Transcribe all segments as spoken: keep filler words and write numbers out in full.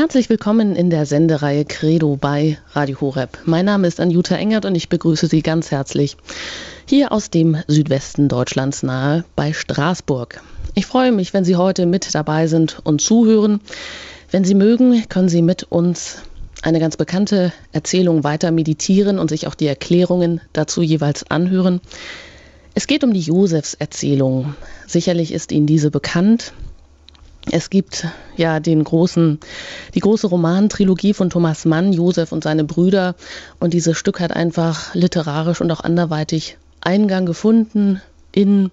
Herzlich willkommen in der Sendereihe Credo bei Radio Horeb. Mein Name ist Anjuta Engert und ich begrüße Sie ganz herzlich hier aus dem Südwesten Deutschlands nahe bei Straßburg. Ich freue mich, wenn Sie heute mit dabei sind und zuhören. Wenn Sie mögen, können Sie mit uns eine ganz bekannte Erzählung weiter meditieren und sich auch die Erklärungen dazu jeweils anhören. Es geht um die Josefserzählung. Sicherlich ist Ihnen diese bekannt. Es gibt ja den großen, die große Romantrilogie von Thomas Mann, Josef und seine Brüder. Und dieses Stück hat einfach literarisch und auch anderweitig Eingang gefunden in,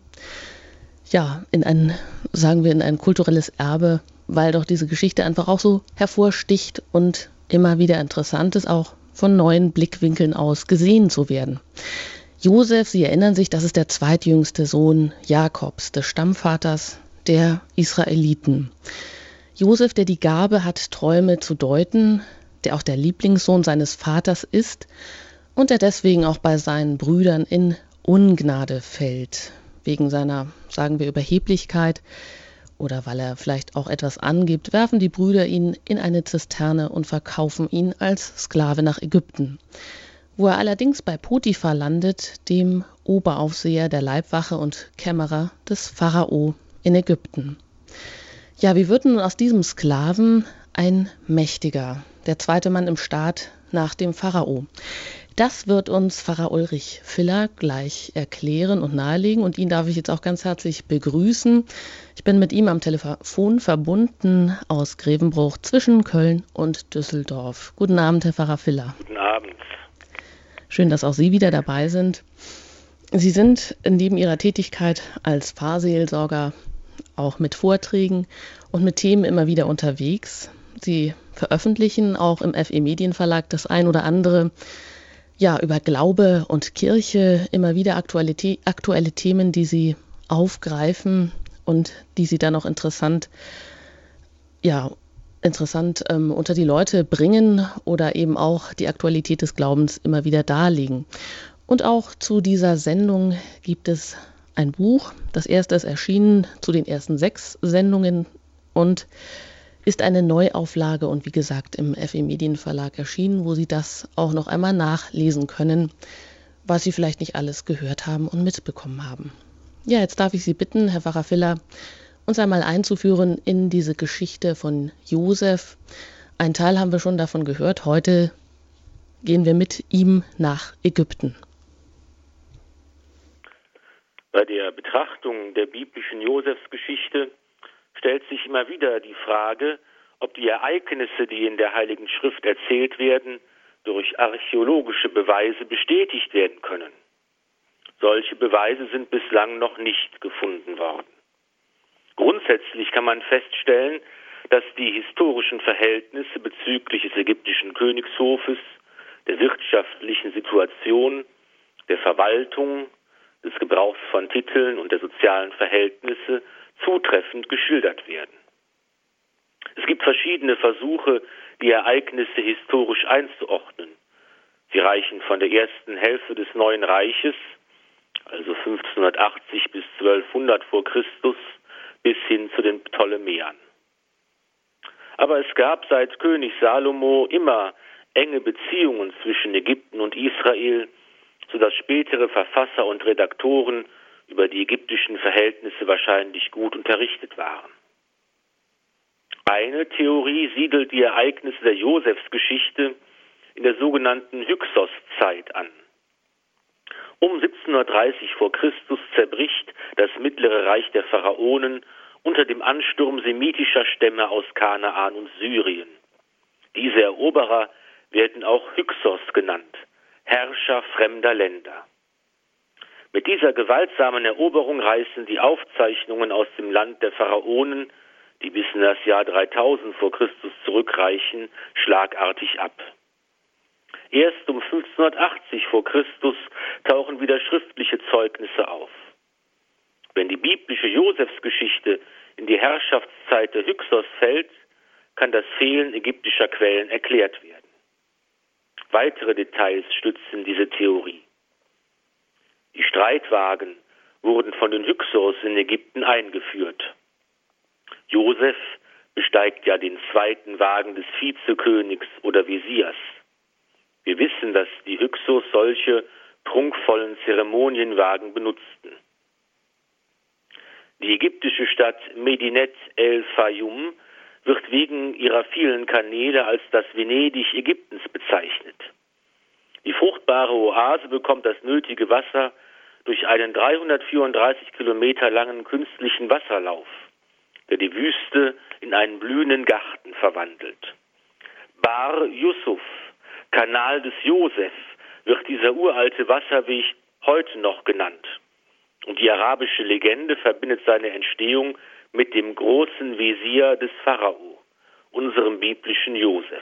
ja, in ein, sagen wir, in ein kulturelles Erbe, weil doch diese Geschichte einfach auch so hervorsticht und immer wieder interessant ist, auch von neuen Blickwinkeln aus gesehen zu werden. Josef, Sie erinnern sich, das ist der zweitjüngste Sohn Jakobs, des Stammvaters der Israeliten. Josef, der die Gabe hat, Träume zu deuten, der auch der Lieblingssohn seines Vaters ist und der deswegen auch bei seinen Brüdern in Ungnade fällt, wegen seiner, sagen wir, Überheblichkeit oder weil er vielleicht auch etwas angibt, werfen die Brüder ihn in eine Zisterne und verkaufen ihn als Sklave nach Ägypten, wo er allerdings bei Potiphar landet, dem Oberaufseher der Leibwache und Kämmerer des Pharao in Ägypten. Ja, wie wird nun aus diesem Sklaven ein Mächtiger, der zweite Mann im Staat nach dem Pharao? Das wird uns Pfarrer Ulrich Filler gleich erklären und nahelegen und ihn darf ich jetzt auch ganz herzlich begrüßen. Ich bin mit ihm am Telefon verbunden aus Grevenbruch zwischen Köln und Düsseldorf. Guten Abend, Herr Pfarrer Filler. Guten Abend. Schön, dass auch Sie wieder dabei sind. Sie sind neben Ihrer Tätigkeit als Pfarrseelsorger auch mit Vorträgen und mit Themen immer wieder unterwegs. Sie veröffentlichen auch im F E Medienverlag das ein oder andere, ja, über Glaube und Kirche, immer wieder aktuelle, aktuelle Themen, die Sie aufgreifen und die Sie dann auch interessant, ja, interessant ähm, unter die Leute bringen oder eben auch die Aktualität des Glaubens immer wieder darlegen. Und auch zu dieser Sendung gibt es ein Buch. Das erste ist erschienen zu den ersten sechs Sendungen und ist eine Neuauflage und wie gesagt im F E Medienverlag erschienen, wo Sie das auch noch einmal nachlesen können, was Sie vielleicht nicht alles gehört haben und mitbekommen haben. Ja, jetzt darf ich Sie bitten, Herr Pfarrer Filler, uns einmal einzuführen in diese Geschichte von Josef. Ein Teil haben wir schon davon gehört. Heute gehen wir mit ihm nach Ägypten. Bei der Betrachtung der biblischen Josefsgeschichte stellt sich immer wieder die Frage, ob die Ereignisse, die in der Heiligen Schrift erzählt werden, durch archäologische Beweise bestätigt werden können. Solche Beweise sind bislang noch nicht gefunden worden. Grundsätzlich kann man feststellen, dass die historischen Verhältnisse bezüglich des ägyptischen Königshofes, der wirtschaftlichen Situation, der Verwaltung, des Gebrauchs von Titeln und der sozialen Verhältnisse zutreffend geschildert werden. Es gibt verschiedene Versuche, die Ereignisse historisch einzuordnen. Sie reichen von der ersten Hälfte des Neuen Reiches, also fünfzehnhundertachtzig bis zwölfhundert vor Christus, bis hin zu den Ptolemäern. Aber es gab seit König Salomo immer enge Beziehungen zwischen Ägypten und Israel, sodass spätere Verfasser und Redaktoren über die ägyptischen Verhältnisse wahrscheinlich gut unterrichtet waren. Eine Theorie siedelt die Ereignisse der Josefsgeschichte in der sogenannten Hyksos-Zeit an. Um siebzehnhundertdreißig vor Christus zerbricht das mittlere Reich der Pharaonen unter dem Ansturm semitischer Stämme aus Kanaan und Syrien. Diese Eroberer werden auch Hyksos genannt, Herrscher fremder Länder. Mit dieser gewaltsamen Eroberung reißen die Aufzeichnungen aus dem Land der Pharaonen, die bis in das Jahr dreitausend vor Christus zurückreichen, schlagartig ab. Erst um fünfzehnhundertachtzig vor Christus tauchen wieder schriftliche Zeugnisse auf. Wenn die biblische Josefsgeschichte in die Herrschaftszeit der Hyksos fällt, kann das Fehlen ägyptischer Quellen erklärt werden. Weitere Details stützen diese Theorie. Die Streitwagen wurden von den Hyksos in Ägypten eingeführt. Josef besteigt ja den zweiten Wagen des Vizekönigs oder Wesirs. Wir wissen, dass die Hyksos solche prunkvollen Zeremonienwagen benutzten. Die ägyptische Stadt Medinet el-Fayum wird wegen ihrer vielen Kanäle als das Venedig Ägyptens bezeichnet. Die fruchtbare Oase bekommt das nötige Wasser durch einen dreihundertvierunddreißig Kilometer langen künstlichen Wasserlauf, der die Wüste in einen blühenden Garten verwandelt. Bar Yusuf, Kanal des Josef, wird dieser uralte Wasserweg heute noch genannt. Und die arabische Legende verbindet seine Entstehung mit dem großen Wesir des Pharao, unserem biblischen Josef.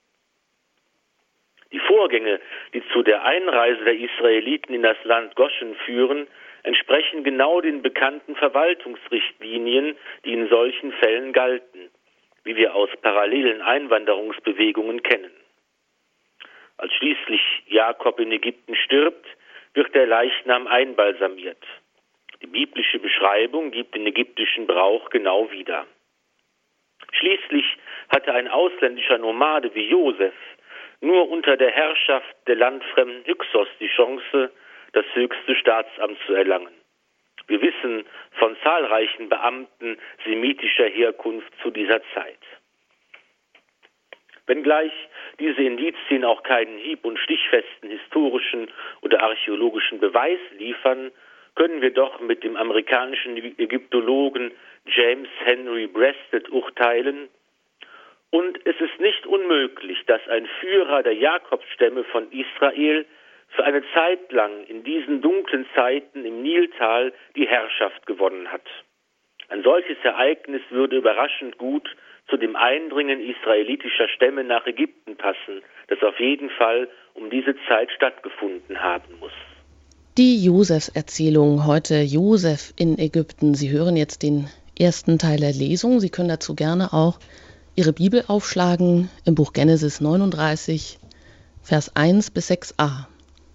Die Vorgänge, die zu der Einreise der Israeliten in das Land Goschen führen, entsprechen genau den bekannten Verwaltungsrichtlinien, die in solchen Fällen galten, wie wir aus parallelen Einwanderungsbewegungen kennen. Als schließlich Jakob in Ägypten stirbt, wird der Leichnam einbalsamiert. Die biblische Beschreibung gibt den ägyptischen Brauch genau wieder. Schließlich hatte ein ausländischer Nomade wie Josef nur unter der Herrschaft der landfremden Hyksos die Chance, das höchste Staatsamt zu erlangen. Wir wissen von zahlreichen Beamten semitischer Herkunft zu dieser Zeit. Wenngleich diese Indizien auch keinen hieb- und stichfesten historischen oder archäologischen Beweis liefern, können wir doch mit dem amerikanischen Ägyptologen James Henry Breasted urteilen. Und es ist nicht unmöglich, dass ein Führer der Jakobsstämme von Israel für eine Zeit lang in diesen dunklen Zeiten im Niltal die Herrschaft gewonnen hat. Ein solches Ereignis würde überraschend gut zu dem Eindringen israelitischer Stämme nach Ägypten passen, das auf jeden Fall um diese Zeit stattgefunden haben muss. Die Josefs-Erzählung, heute Josef in Ägypten. Sie hören jetzt den ersten Teil der Lesung. Sie können dazu gerne auch Ihre Bibel aufschlagen im Buch Genesis neununddreißig, Vers eins bis sechs a.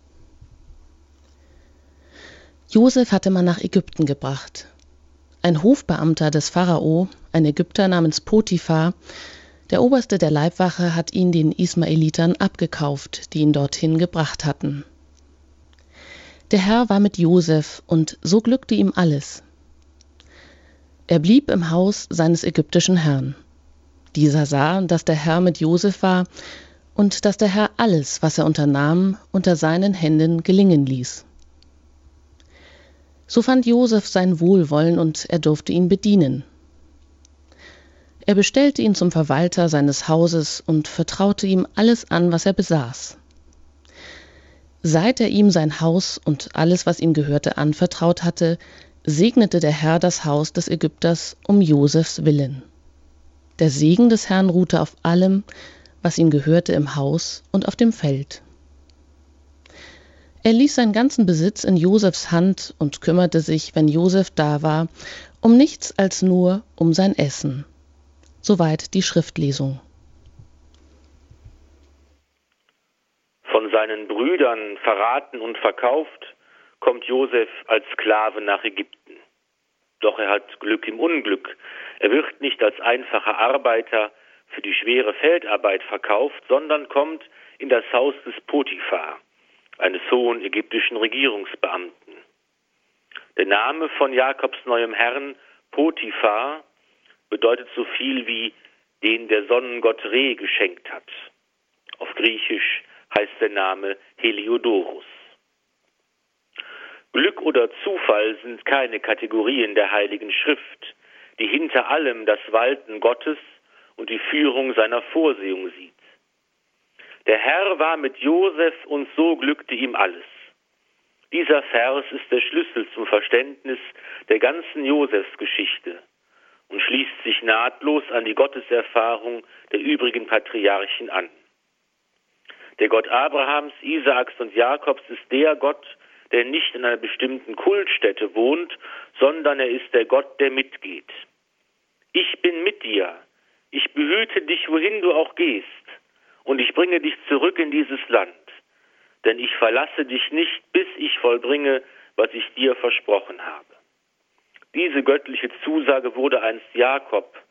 Josef hatte man nach Ägypten gebracht. Ein Hofbeamter des Pharao, ein Ägypter namens Potiphar, der Oberste der Leibwache, hat ihn den Ismaelitern abgekauft, die ihn dorthin gebracht hatten. Der Herr war mit Josef, und so glückte ihm alles. Er blieb im Haus seines ägyptischen Herrn. Dieser sah, dass der Herr mit Josef war und dass der Herr alles, was er unternahm, unter seinen Händen gelingen ließ. So fand Josef sein Wohlwollen und er durfte ihn bedienen. Er bestellte ihn zum Verwalter seines Hauses und vertraute ihm alles an, was er besaß. Seit er ihm sein Haus und alles, was ihm gehörte, anvertraut hatte, segnete der Herr das Haus des Ägypters um Josefs willen. Der Segen des Herrn ruhte auf allem, was ihm gehörte im Haus und auf dem Feld. Er ließ seinen ganzen Besitz in Josefs Hand und kümmerte sich, wenn Josef da war, um nichts als nur um sein Essen. Soweit die Schriftlesung. Von seinen Brüdern verraten und verkauft, kommt Josef als Sklave nach Ägypten. Doch er hat Glück im Unglück. Er wird nicht als einfacher Arbeiter für die schwere Feldarbeit verkauft, sondern kommt in das Haus des Potiphar, eines hohen ägyptischen Regierungsbeamten. Der Name von Jakobs neuem Herrn, Potiphar, bedeutet so viel wie den der Sonnengott Re geschenkt hat. Auf Griechisch heißt der Name Heliodorus. Glück oder Zufall sind keine Kategorien der Heiligen Schrift, die hinter allem das Walten Gottes und die Führung seiner Vorsehung sieht. Der Herr war mit Josef und so glückte ihm alles. Dieser Vers ist der Schlüssel zum Verständnis der ganzen Josefsgeschichte und schließt sich nahtlos an die Gotteserfahrung der übrigen Patriarchen an. Der Gott Abrahams, Isaaks und Jakobs ist der Gott, der nicht in einer bestimmten Kultstätte wohnt, sondern er ist der Gott, der mitgeht. Ich bin mit dir, ich behüte dich, wohin du auch gehst, und ich bringe dich zurück in dieses Land, denn ich verlasse dich nicht, bis ich vollbringe, was ich dir versprochen habe. Diese göttliche Zusage wurde einst Jakob,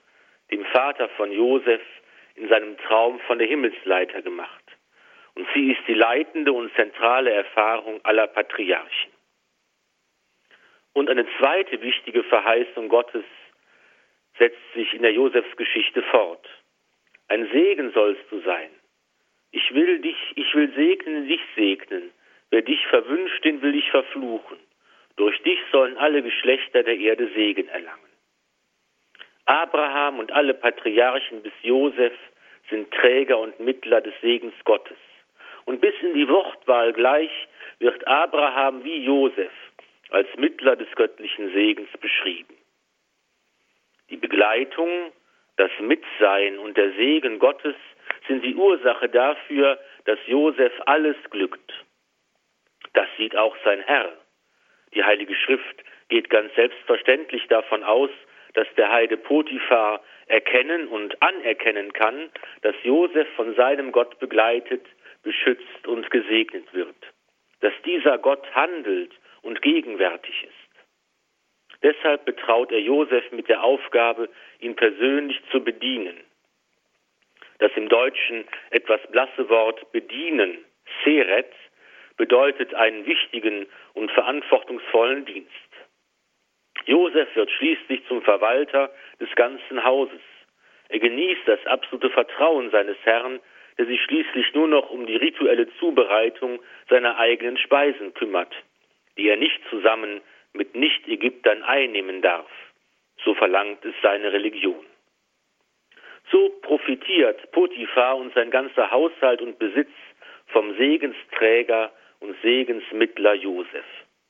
dem Vater von Josef, in seinem Traum von der Himmelsleiter gemacht. Und sie ist die leitende und zentrale Erfahrung aller Patriarchen. Und eine zweite wichtige Verheißung Gottes setzt sich in der Josefsgeschichte fort. Ein Segen sollst du sein. Ich will dich, ich will segnen, dich segnen. Wer dich verwünscht, den will ich verfluchen. Durch dich sollen alle Geschlechter der Erde Segen erlangen. Abraham und alle Patriarchen bis Josef sind Träger und Mittler des Segens Gottes. Und bis in die Wortwahl gleich wird Abraham wie Josef als Mittler des göttlichen Segens beschrieben. Die Begleitung, das Mitsein und der Segen Gottes sind die Ursache dafür, dass Josef alles glückt. Das sieht auch sein Herr. Die Heilige Schrift geht ganz selbstverständlich davon aus, dass der Heide Potiphar erkennen und anerkennen kann, dass Josef von seinem Gott begleitet, beschützt und gesegnet wird. Dass dieser Gott handelt und gegenwärtig ist. Deshalb betraut er Josef mit der Aufgabe, ihn persönlich zu bedienen. Das im Deutschen etwas blasse Wort bedienen, seret, bedeutet einen wichtigen und verantwortungsvollen Dienst. Josef wird schließlich zum Verwalter des ganzen Hauses. Er genießt das absolute Vertrauen seines Herrn, der sich schließlich nur noch um die rituelle Zubereitung seiner eigenen Speisen kümmert, die er nicht zusammen mit Nicht-Ägyptern einnehmen darf. So verlangt es seine Religion. So profitiert Potiphar und sein ganzer Haushalt und Besitz vom Segensträger und Segensmittler Josef.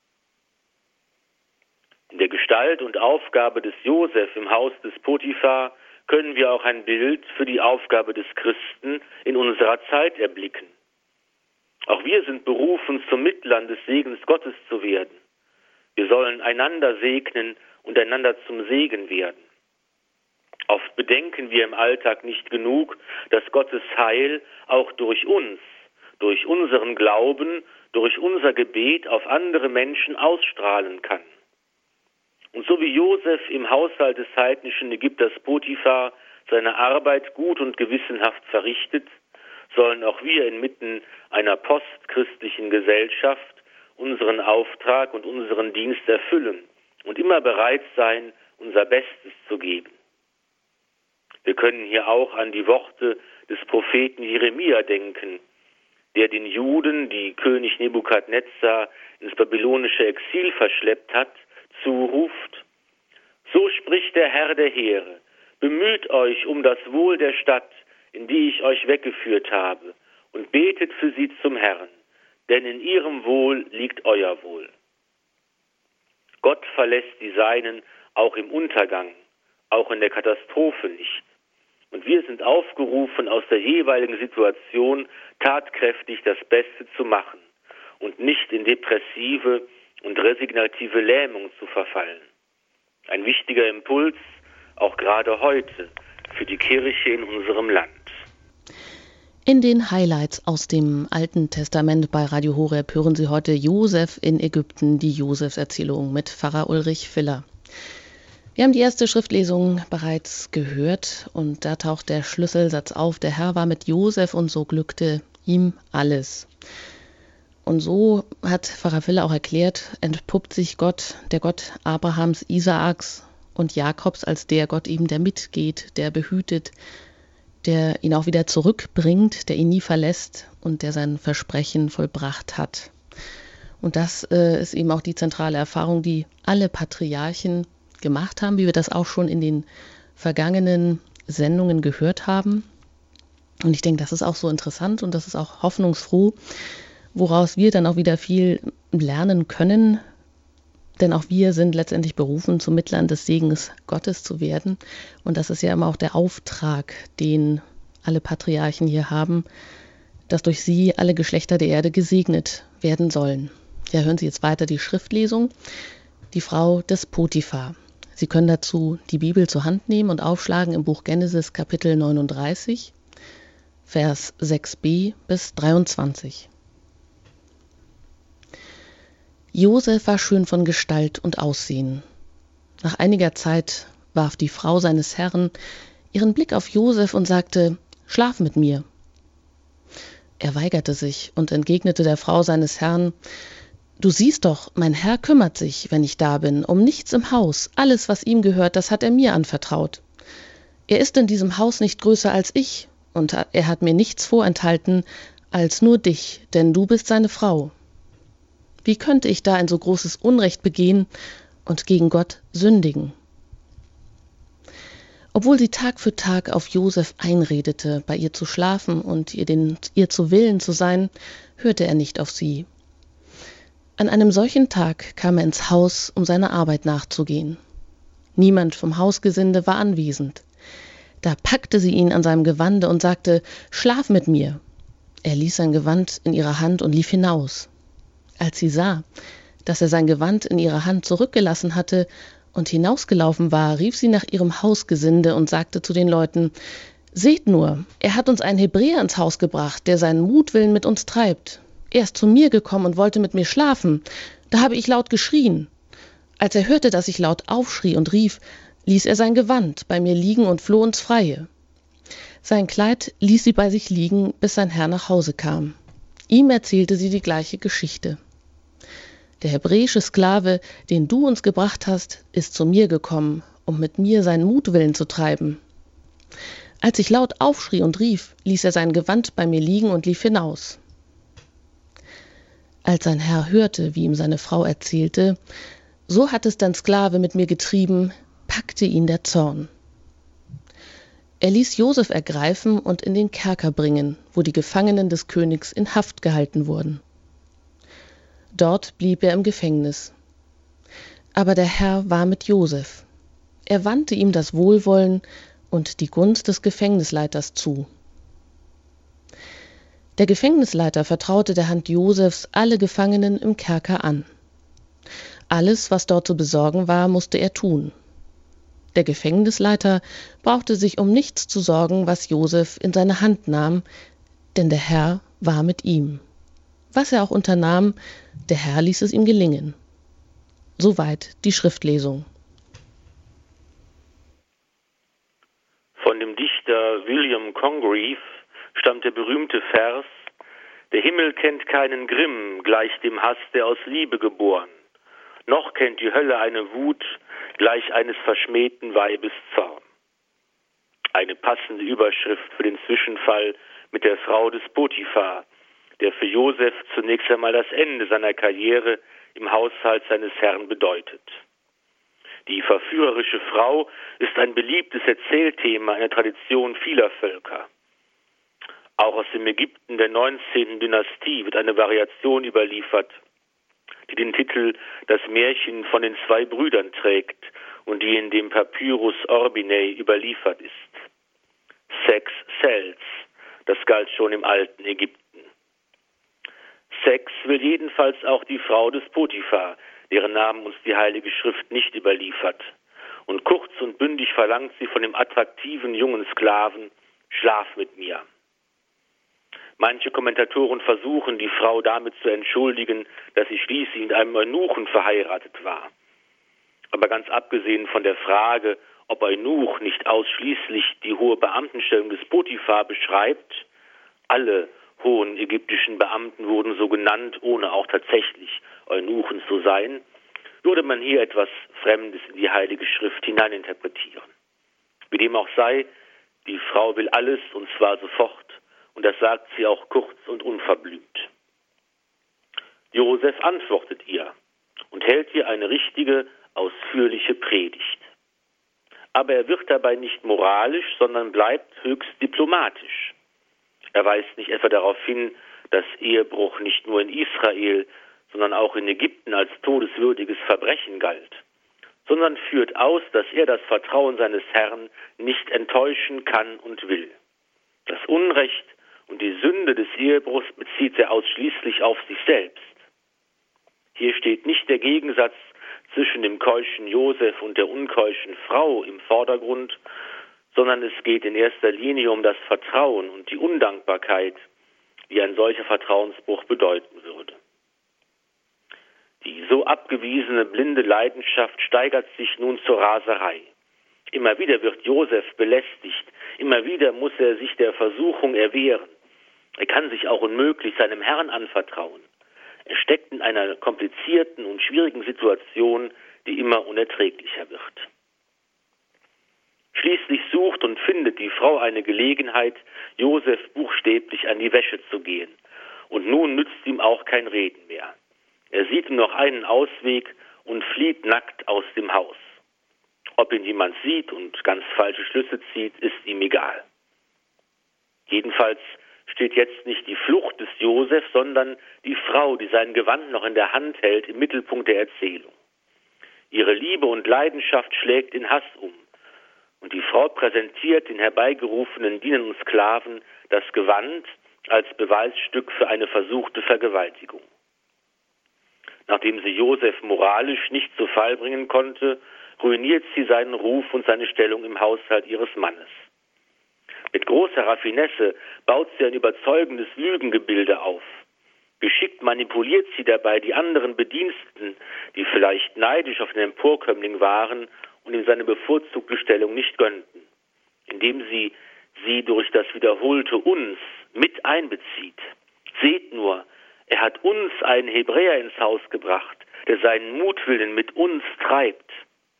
In der Gestalt und Aufgabe des Josef im Haus des Potiphar können wir auch ein Bild für die Aufgabe des Christen in unserer Zeit erblicken. Auch wir sind berufen, zum Mittlern des Segens Gottes zu werden. Wir sollen einander segnen und einander zum Segen werden. Oft bedenken wir im Alltag nicht genug, dass Gottes Heil auch durch uns, durch unseren Glauben, durch unser Gebet auf andere Menschen ausstrahlen kann. Und so wie Josef im Haushalt des heidnischen Ägypters Potiphar seine Arbeit gut und gewissenhaft verrichtet, sollen auch wir inmitten einer postchristlichen Gesellschaft unseren Auftrag und unseren Dienst erfüllen und immer bereit sein, unser Bestes zu geben. Wir können hier auch an die Worte des Propheten Jeremia denken, der den Juden, die König Nebukadnezar ins babylonische Exil verschleppt hat, zuruft: So spricht der Herr der Heere, bemüht euch um das Wohl der Stadt, in die ich euch weggeführt habe, und betet für sie zum Herrn, denn in ihrem Wohl liegt euer Wohl. Gott verlässt die Seinen auch im Untergang, auch in der Katastrophe nicht. Und wir sind aufgerufen, aus der jeweiligen Situation tatkräftig das Beste zu machen und nicht in depressive und resignative Lähmung zu verfallen. Ein wichtiger Impuls, auch gerade heute, für die Kirche in unserem Land. In den Highlights aus dem Alten Testament bei Radio Horeb hören Sie heute Josef in Ägypten, die Josefserzählung mit Pfarrer Ulrich Filler. Wir haben die erste Schriftlesung bereits gehört und da taucht der Schlüsselsatz auf: Der Herr war mit Josef und so glückte ihm alles. Und so hat Pfarrer Filler auch erklärt, entpuppt sich Gott, der Gott Abrahams, Isaaks und Jakobs, als der Gott ihm, der mitgeht, der behütet, der ihn auch wieder zurückbringt, der ihn nie verlässt und der sein Versprechen vollbracht hat. Und das äh, ist eben auch die zentrale Erfahrung, die alle Patriarchen gemacht haben, wie wir das auch schon in den vergangenen Sendungen gehört haben. Und ich denke, das ist auch so interessant und das ist auch hoffnungsfroh, woraus wir dann auch wieder viel lernen können, denn auch wir sind letztendlich berufen, zum Mittlern des Segens Gottes zu werden. Und das ist ja immer auch der Auftrag, den alle Patriarchen hier haben, dass durch sie alle Geschlechter der Erde gesegnet werden sollen. Ja, hören Sie jetzt weiter die Schriftlesung, die Frau des Potiphar. Sie können dazu die Bibel zur Hand nehmen und aufschlagen im Buch Genesis Kapitel neununddreißig, Vers sechs b bis dreiundzwanzig. Josef war schön von Gestalt und Aussehen. Nach einiger Zeit warf die Frau seines Herrn ihren Blick auf Josef und sagte: »Schlaf mit mir.« Er weigerte sich und entgegnete der Frau seines Herrn: »Du siehst doch, mein Herr kümmert sich, wenn ich da bin, um nichts im Haus. Alles, was ihm gehört, das hat er mir anvertraut. Er ist in diesem Haus nicht größer als ich, und er hat mir nichts vorenthalten als nur dich, denn du bist seine Frau. Wie könnte ich da ein so großes Unrecht begehen und gegen Gott sündigen?« Obwohl sie Tag für Tag auf Josef einredete, bei ihr zu schlafen und ihr, den, ihr zu Willen zu sein, hörte er nicht auf sie. An einem solchen Tag kam er ins Haus, um seiner Arbeit nachzugehen. Niemand vom Hausgesinde war anwesend. Da packte sie ihn an seinem Gewande und sagte: »Schlaf mit mir.« Er ließ sein Gewand in ihrer Hand und lief hinaus. Als sie sah, dass er sein Gewand in ihrer Hand zurückgelassen hatte und hinausgelaufen war, rief sie nach ihrem Hausgesinde und sagte zu den Leuten: »Seht nur, er hat uns einen Hebräer ins Haus gebracht, der seinen Mutwillen mit uns treibt. Er ist zu mir gekommen und wollte mit mir schlafen. Da habe ich laut geschrien. Als er hörte, dass ich laut aufschrie und rief, ließ er sein Gewand bei mir liegen und floh ins Freie. Sein Kleid ließ sie bei sich liegen, bis sein Herr nach Hause kam. Ihm erzählte sie die gleiche Geschichte. Der hebräische Sklave, den du uns gebracht hast, ist zu mir gekommen, um mit mir seinen Mutwillen zu treiben. Als ich laut aufschrie und rief, ließ er sein Gewand bei mir liegen und lief hinaus.« Als sein Herr hörte, wie ihm seine Frau erzählte: »So hat es dein Sklave mit mir getrieben«, packte ihn der Zorn. Er ließ Josef ergreifen und in den Kerker bringen, wo die Gefangenen des Königs in Haft gehalten wurden. Dort blieb er im Gefängnis. Aber der Herr war mit Josef. Er wandte ihm das Wohlwollen und die Gunst des Gefängnisleiters zu. Der Gefängnisleiter vertraute der Hand Josefs alle Gefangenen im Kerker an. Alles, was dort zu besorgen war, musste er tun. Der Gefängnisleiter brauchte sich um nichts zu sorgen, was Josef in seine Hand nahm, denn der Herr war mit ihm. Was er auch unternahm, der Herr ließ es ihm gelingen. Soweit die Schriftlesung. Von dem Dichter William Congreve stammt der berühmte Vers: »Der Himmel kennt keinen Grimm, gleich dem Hass, der aus Liebe geboren. Noch kennt die Hölle eine Wut, gleich eines verschmähten Weibes Zorn.« Eine passende Überschrift für den Zwischenfall mit der Frau des Potiphar, der für Josef zunächst einmal das Ende seiner Karriere im Haushalt seines Herrn bedeutet. Die verführerische Frau ist ein beliebtes Erzählthema in der Tradition vieler Völker. Auch aus dem Ägypten der neunzehnten Dynastie wird eine Variation überliefert, die den Titel »Das Märchen von den zwei Brüdern« trägt und die in dem Papyrus Orbinei überliefert ist. Sex sells, das galt schon im alten Ägypten. Sex will jedenfalls auch die Frau des Potiphar, deren Namen uns die Heilige Schrift nicht überliefert. Und kurz und bündig verlangt sie von dem attraktiven jungen Sklaven: »Schlaf mit mir.« Manche Kommentatoren versuchen, die Frau damit zu entschuldigen, dass sie schließlich mit einem Eunuchen verheiratet war. Aber ganz abgesehen von der Frage, ob Eunuch nicht ausschließlich die hohe Beamtenstellung des Potiphar beschreibt, alle hohen ägyptischen Beamten wurden so genannt, ohne auch tatsächlich Eunuchen zu sein, würde man hier etwas Fremdes in die Heilige Schrift hineininterpretieren. Wie dem auch sei, die Frau will alles, und zwar sofort, und das sagt sie auch kurz und unverblümt. Josef antwortet ihr und hält ihr eine richtige, ausführliche Predigt. Aber er wird dabei nicht moralisch, sondern bleibt höchst diplomatisch. Er weist nicht etwa darauf hin, dass Ehebruch nicht nur in Israel, sondern auch in Ägypten als todeswürdiges Verbrechen galt, sondern führt aus, dass er das Vertrauen seines Herrn nicht enttäuschen kann und will. Das Unrecht und die Sünde des Ehebruchs bezieht er ausschließlich auf sich selbst. Hier steht nicht der Gegensatz zwischen dem keuschen Josef und der unkeuschen Frau im Vordergrund, sondern es geht in erster Linie um das Vertrauen und die Undankbarkeit, die ein solcher Vertrauensbruch bedeuten würde. Die so abgewiesene blinde Leidenschaft steigert sich nun zur Raserei. Immer wieder wird Josef belästigt, immer wieder muss er sich der Versuchung erwehren. Er kann sich auch unmöglich seinem Herrn anvertrauen. Er steckt in einer komplizierten und schwierigen Situation, die immer unerträglicher wird. Schließlich sucht und findet die Frau eine Gelegenheit, Josef buchstäblich an die Wäsche zu gehen. Und nun nützt ihm auch kein Reden mehr. Er sieht nur noch einen Ausweg und flieht nackt aus dem Haus. Ob ihn jemand sieht und ganz falsche Schlüsse zieht, ist ihm egal. Jedenfalls steht jetzt nicht die Flucht des Josef, sondern die Frau, die sein Gewand noch in der Hand hält, im Mittelpunkt der Erzählung. Ihre Liebe und Leidenschaft schlägt in Hass um. Und die Frau präsentiert den herbeigerufenen Dienern und Sklaven das Gewand als Beweisstück für eine versuchte Vergewaltigung. Nachdem sie Josef moralisch nicht zu Fall bringen konnte, ruiniert sie seinen Ruf und seine Stellung im Haushalt ihres Mannes. Mit großer Raffinesse baut sie ein überzeugendes Lügengebilde auf. Geschickt manipuliert sie dabei die anderen Bediensteten, die vielleicht neidisch auf den Emporkömmling waren und ihm seine bevorzugte Stellung nicht gönnten, indem sie sie durch das wiederholte uns mit einbezieht. Seht nur, er hat uns einen Hebräer ins Haus gebracht, der seinen Mutwillen mit uns treibt.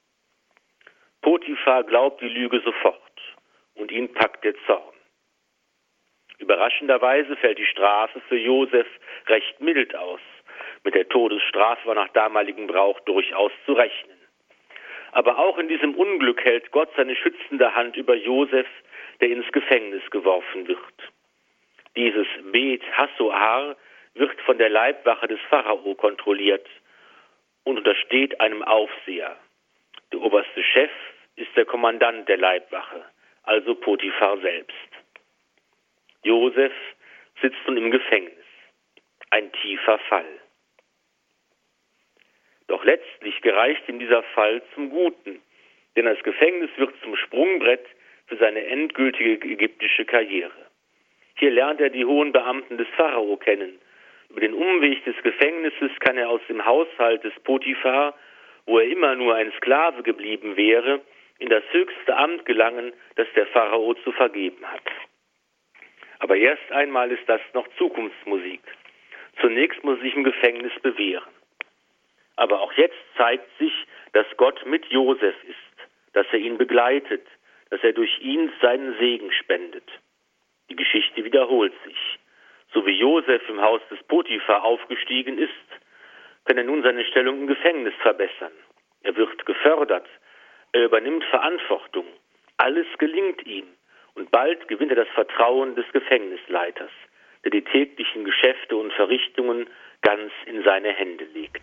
Potiphar glaubt die Lüge sofort und ihn packt der Zorn. Überraschenderweise fällt die Strafe für Josef recht mild aus. Mit der Todesstrafe war nach damaligem Brauch durchaus zu rechnen. Aber auch in diesem Unglück hält Gott seine schützende Hand über Josef, der ins Gefängnis geworfen wird. Dieses Bet Hasoar wird von der Leibwache des Pharao kontrolliert und untersteht einem Aufseher. Der oberste Chef ist der Kommandant der Leibwache, also Potiphar selbst. Josef sitzt nun im Gefängnis. Ein tiefer Fall. Doch letztlich gereicht ihm dieser Fall zum Guten, denn das Gefängnis wird zum Sprungbrett für seine endgültige ägyptische Karriere. Hier lernt er die hohen Beamten des Pharao kennen. Über den Umweg des Gefängnisses kann er aus dem Haushalt des Potiphar, wo er immer nur ein Sklave geblieben wäre, in das höchste Amt gelangen, das der Pharao zu vergeben hat. Aber erst einmal ist das noch Zukunftsmusik. Zunächst muss er sich im Gefängnis bewähren. Aber auch jetzt zeigt sich, dass Gott mit Josef ist, dass er ihn begleitet, dass er durch ihn seinen Segen spendet. Die Geschichte wiederholt sich. So wie Josef im Haus des Potiphar aufgestiegen ist, kann er nun seine Stellung im Gefängnis verbessern. Er wird gefördert, er übernimmt Verantwortung. Alles gelingt ihm und bald gewinnt er das Vertrauen des Gefängnisleiters, der die täglichen Geschäfte und Verrichtungen ganz in seine Hände legt.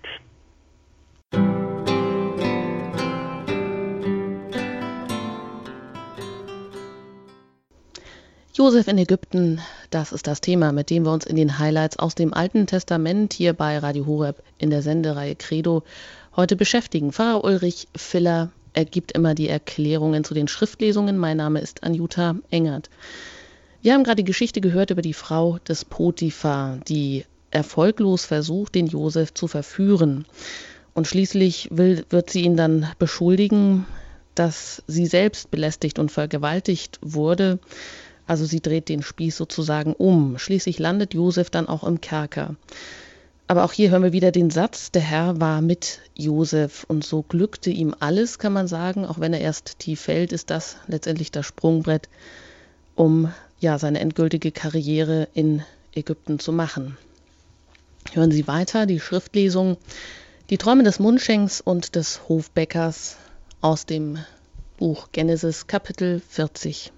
Josef in Ägypten, das ist das Thema, mit dem wir uns in den Highlights aus dem Alten Testament hier bei Radio Horeb in der Sendereihe Credo heute beschäftigen. Pfarrer Ulrich Filler, er gibt immer die Erklärungen zu den Schriftlesungen. Mein Name ist Anjuta Engert. Wir haben gerade die Geschichte gehört über die Frau des Potiphar, die erfolglos versucht, den Josef zu verführen. Und schließlich will, wird sie ihn dann beschuldigen, dass sie selbst belästigt und vergewaltigt wurde. Also sie dreht den Spieß sozusagen um. Schließlich landet Josef dann auch im Kerker. Aber auch hier hören wir wieder den Satz, der Herr war mit Josef und so glückte ihm alles, kann man sagen. Auch wenn er erst tief fällt, ist das letztendlich das Sprungbrett, um ja seine endgültige Karriere in Ägypten zu machen. Hören Sie weiter die Schriftlesung, die Träume des Mundschenks und des Hofbäckers aus dem Buch Genesis Kapitel vierzig.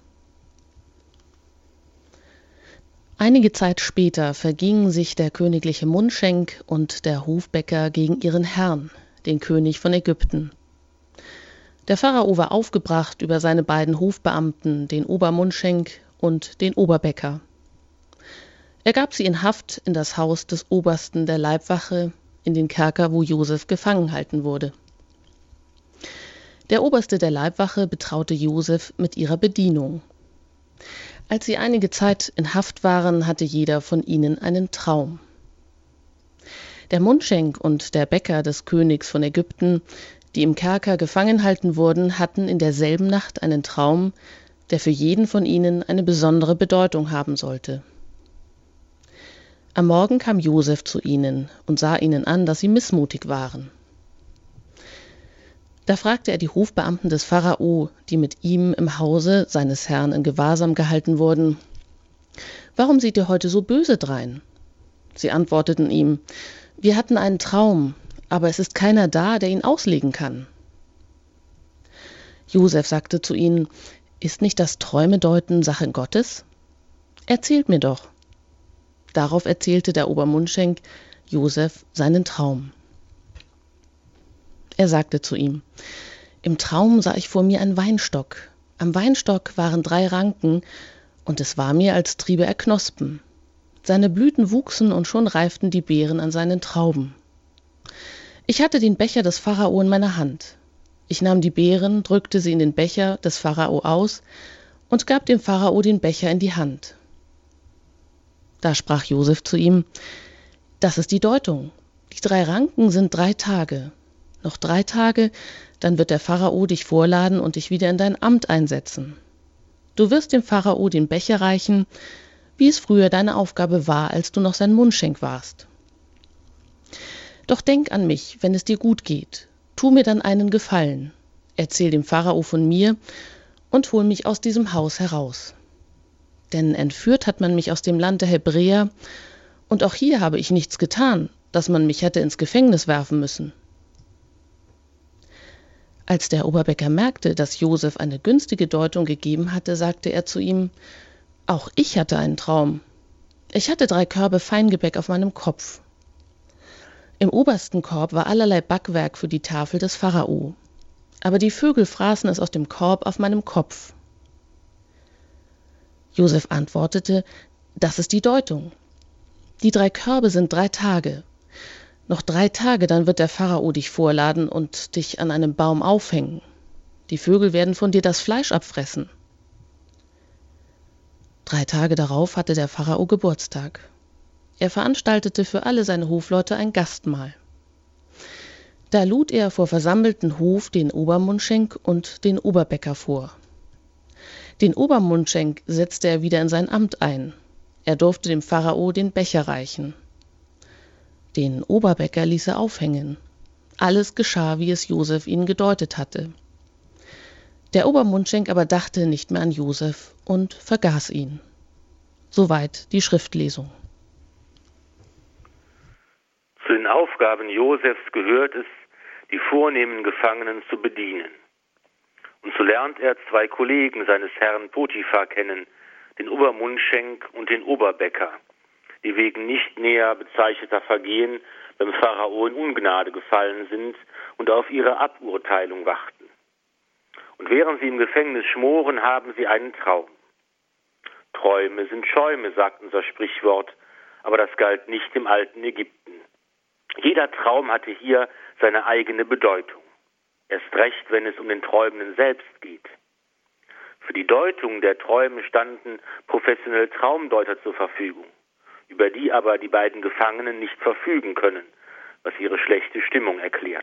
Einige Zeit später vergingen sich der königliche Mundschenk und der Hofbäcker gegen ihren Herrn, den König von Ägypten. Der Pharao war aufgebracht über seine beiden Hofbeamten, den Obermundschenk und den Oberbäcker. Er gab sie in Haft in das Haus des Obersten der Leibwache, in den Kerker, wo Josef gefangen gehalten wurde. Der Oberste der Leibwache betraute Josef mit ihrer Bedienung. Als sie einige Zeit in Haft waren, hatte jeder von ihnen einen Traum. Der Mundschenk und der Bäcker des Königs von Ägypten die im Kerker gefangen halten wurden, hatten in derselben Nacht einen Traum, der für jeden von ihnen eine besondere Bedeutung haben sollte. Am Morgen kam Josef zu ihnen und sah ihnen an, dass sie missmutig waren. Da fragte er die Hofbeamten des Pharao, die mit ihm im Hause seines Herrn in Gewahrsam gehalten wurden: »Warum seht ihr heute so böse drein?« Sie antworteten ihm: »Wir hatten einen Traum, aber es ist keiner da, der ihn auslegen kann.« Josef sagte zu ihnen: »Ist nicht das Träumedeuten Sache Gottes? Erzählt mir doch.« Darauf erzählte der Obermundschenk Josef seinen Traum. Er sagte zu ihm: »Im Traum sah ich vor mir einen Weinstock. Am Weinstock waren drei Ranken, und es war mir, als triebe er Knospen. Seine Blüten wuchsen, und schon reiften die Beeren an seinen Trauben. Ich hatte den Becher des Pharao in meiner Hand. Ich nahm die Beeren, drückte sie in den Becher des Pharao aus und gab dem Pharao den Becher in die Hand. Da sprach Josef zu ihm: »Das ist die Deutung. Die drei Ranken sind drei Tage. Noch drei Tage, dann wird der Pharao dich vorladen und dich wieder in dein Amt einsetzen. Du wirst dem Pharao den Becher reichen, wie es früher deine Aufgabe war, als du noch sein Mundschenk warst. Doch denk an mich, wenn es dir gut geht. Tu mir dann einen Gefallen. Erzähl dem Pharao von mir und hol mich aus diesem Haus heraus. Denn entführt hat man mich aus dem Land der Hebräer, und auch hier habe ich nichts getan, dass man mich hätte ins Gefängnis werfen müssen.« Als der Oberbäcker merkte, dass Josef eine günstige Deutung gegeben hatte, sagte er zu ihm: »Auch ich hatte einen Traum. Ich hatte drei Körbe Feingebäck auf meinem Kopf. Im obersten Korb war allerlei Backwerk für die Tafel des Pharao, aber die Vögel fraßen es aus dem Korb auf meinem Kopf.« Josef antwortete: »Das ist die Deutung. Die drei Körbe sind drei Tage. Noch drei Tage, dann wird der Pharao dich vorladen und dich an einem Baum aufhängen. Die Vögel werden von dir das Fleisch abfressen.« Drei Tage darauf hatte der Pharao Geburtstag. Er veranstaltete für alle seine Hofleute ein Gastmahl. Da lud er vor versammelten Hof den Obermundschenk und den Oberbäcker vor. Den Obermundschenk setzte er wieder in sein Amt ein. Er durfte dem Pharao den Becher reichen. Den Oberbäcker ließ er aufhängen. Alles geschah, wie es Josef ihnen gedeutet hatte. Der Obermundschenk aber dachte nicht mehr an Josef und vergaß ihn. Soweit die Schriftlesung. Zu den Aufgaben Josefs gehört es, die vornehmen Gefangenen zu bedienen. Und so lernt er zwei Kollegen seines Herrn Potiphar kennen, den Obermundschenk und den Oberbäcker, die wegen nicht näher bezeichneter Vergehen beim Pharao in Ungnade gefallen sind und auf ihre Aburteilung warten. Und während sie im Gefängnis schmoren, haben sie einen Traum. Träume sind Schäume, sagt unser Sprichwort, aber das galt nicht im alten Ägypten. Jeder Traum hatte hier seine eigene Bedeutung. Erst recht, wenn es um den Träumenden selbst geht. Für die Deutung der Träume standen professionelle Traumdeuter zur Verfügung, über die aber die beiden Gefangenen nicht verfügen können, was ihre schlechte Stimmung erklärt.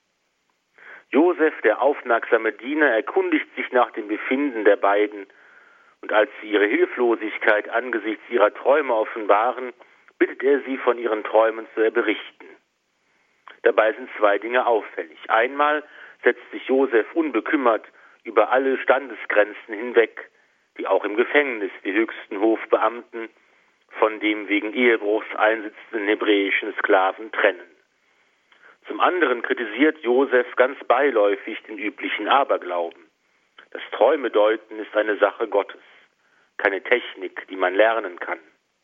Josef, der aufmerksame Diener, erkundigt sich nach dem Befinden der beiden, und als sie ihre Hilflosigkeit angesichts ihrer Träume offenbaren, bittet er sie, von ihren Träumen zu berichten. Dabei sind zwei Dinge auffällig. Einmal setzt sich Josef unbekümmert über alle Standesgrenzen hinweg, die auch im Gefängnis die höchsten Hofbeamten von dem wegen Ehebruchs einsitzenden hebräischen Sklaven trennen. Zum anderen kritisiert Josef ganz beiläufig den üblichen Aberglauben. Das Träumedeuten ist eine Sache Gottes, keine Technik, die man lernen kann.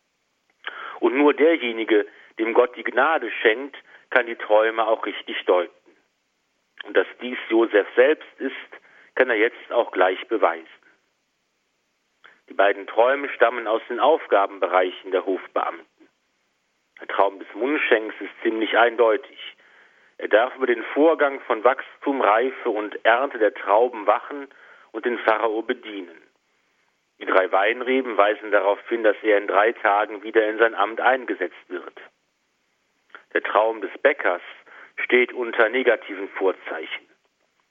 Und nur derjenige, dem Gott die Gnade schenkt, kann die Träume auch richtig deuten. Und dass dies Josef selbst ist, kann er jetzt auch gleich beweisen. Die beiden Träume stammen aus den Aufgabenbereichen der Hofbeamten. Der Traum des Mundschenks ist ziemlich eindeutig. Er darf über den Vorgang von Wachstum, Reife und Ernte der Trauben wachen und den Pharao bedienen. Die drei Weinreben weisen darauf hin, dass er in drei Tagen wieder in sein Amt eingesetzt wird. Der Traum des Bäckers steht unter negativen Vorzeichen.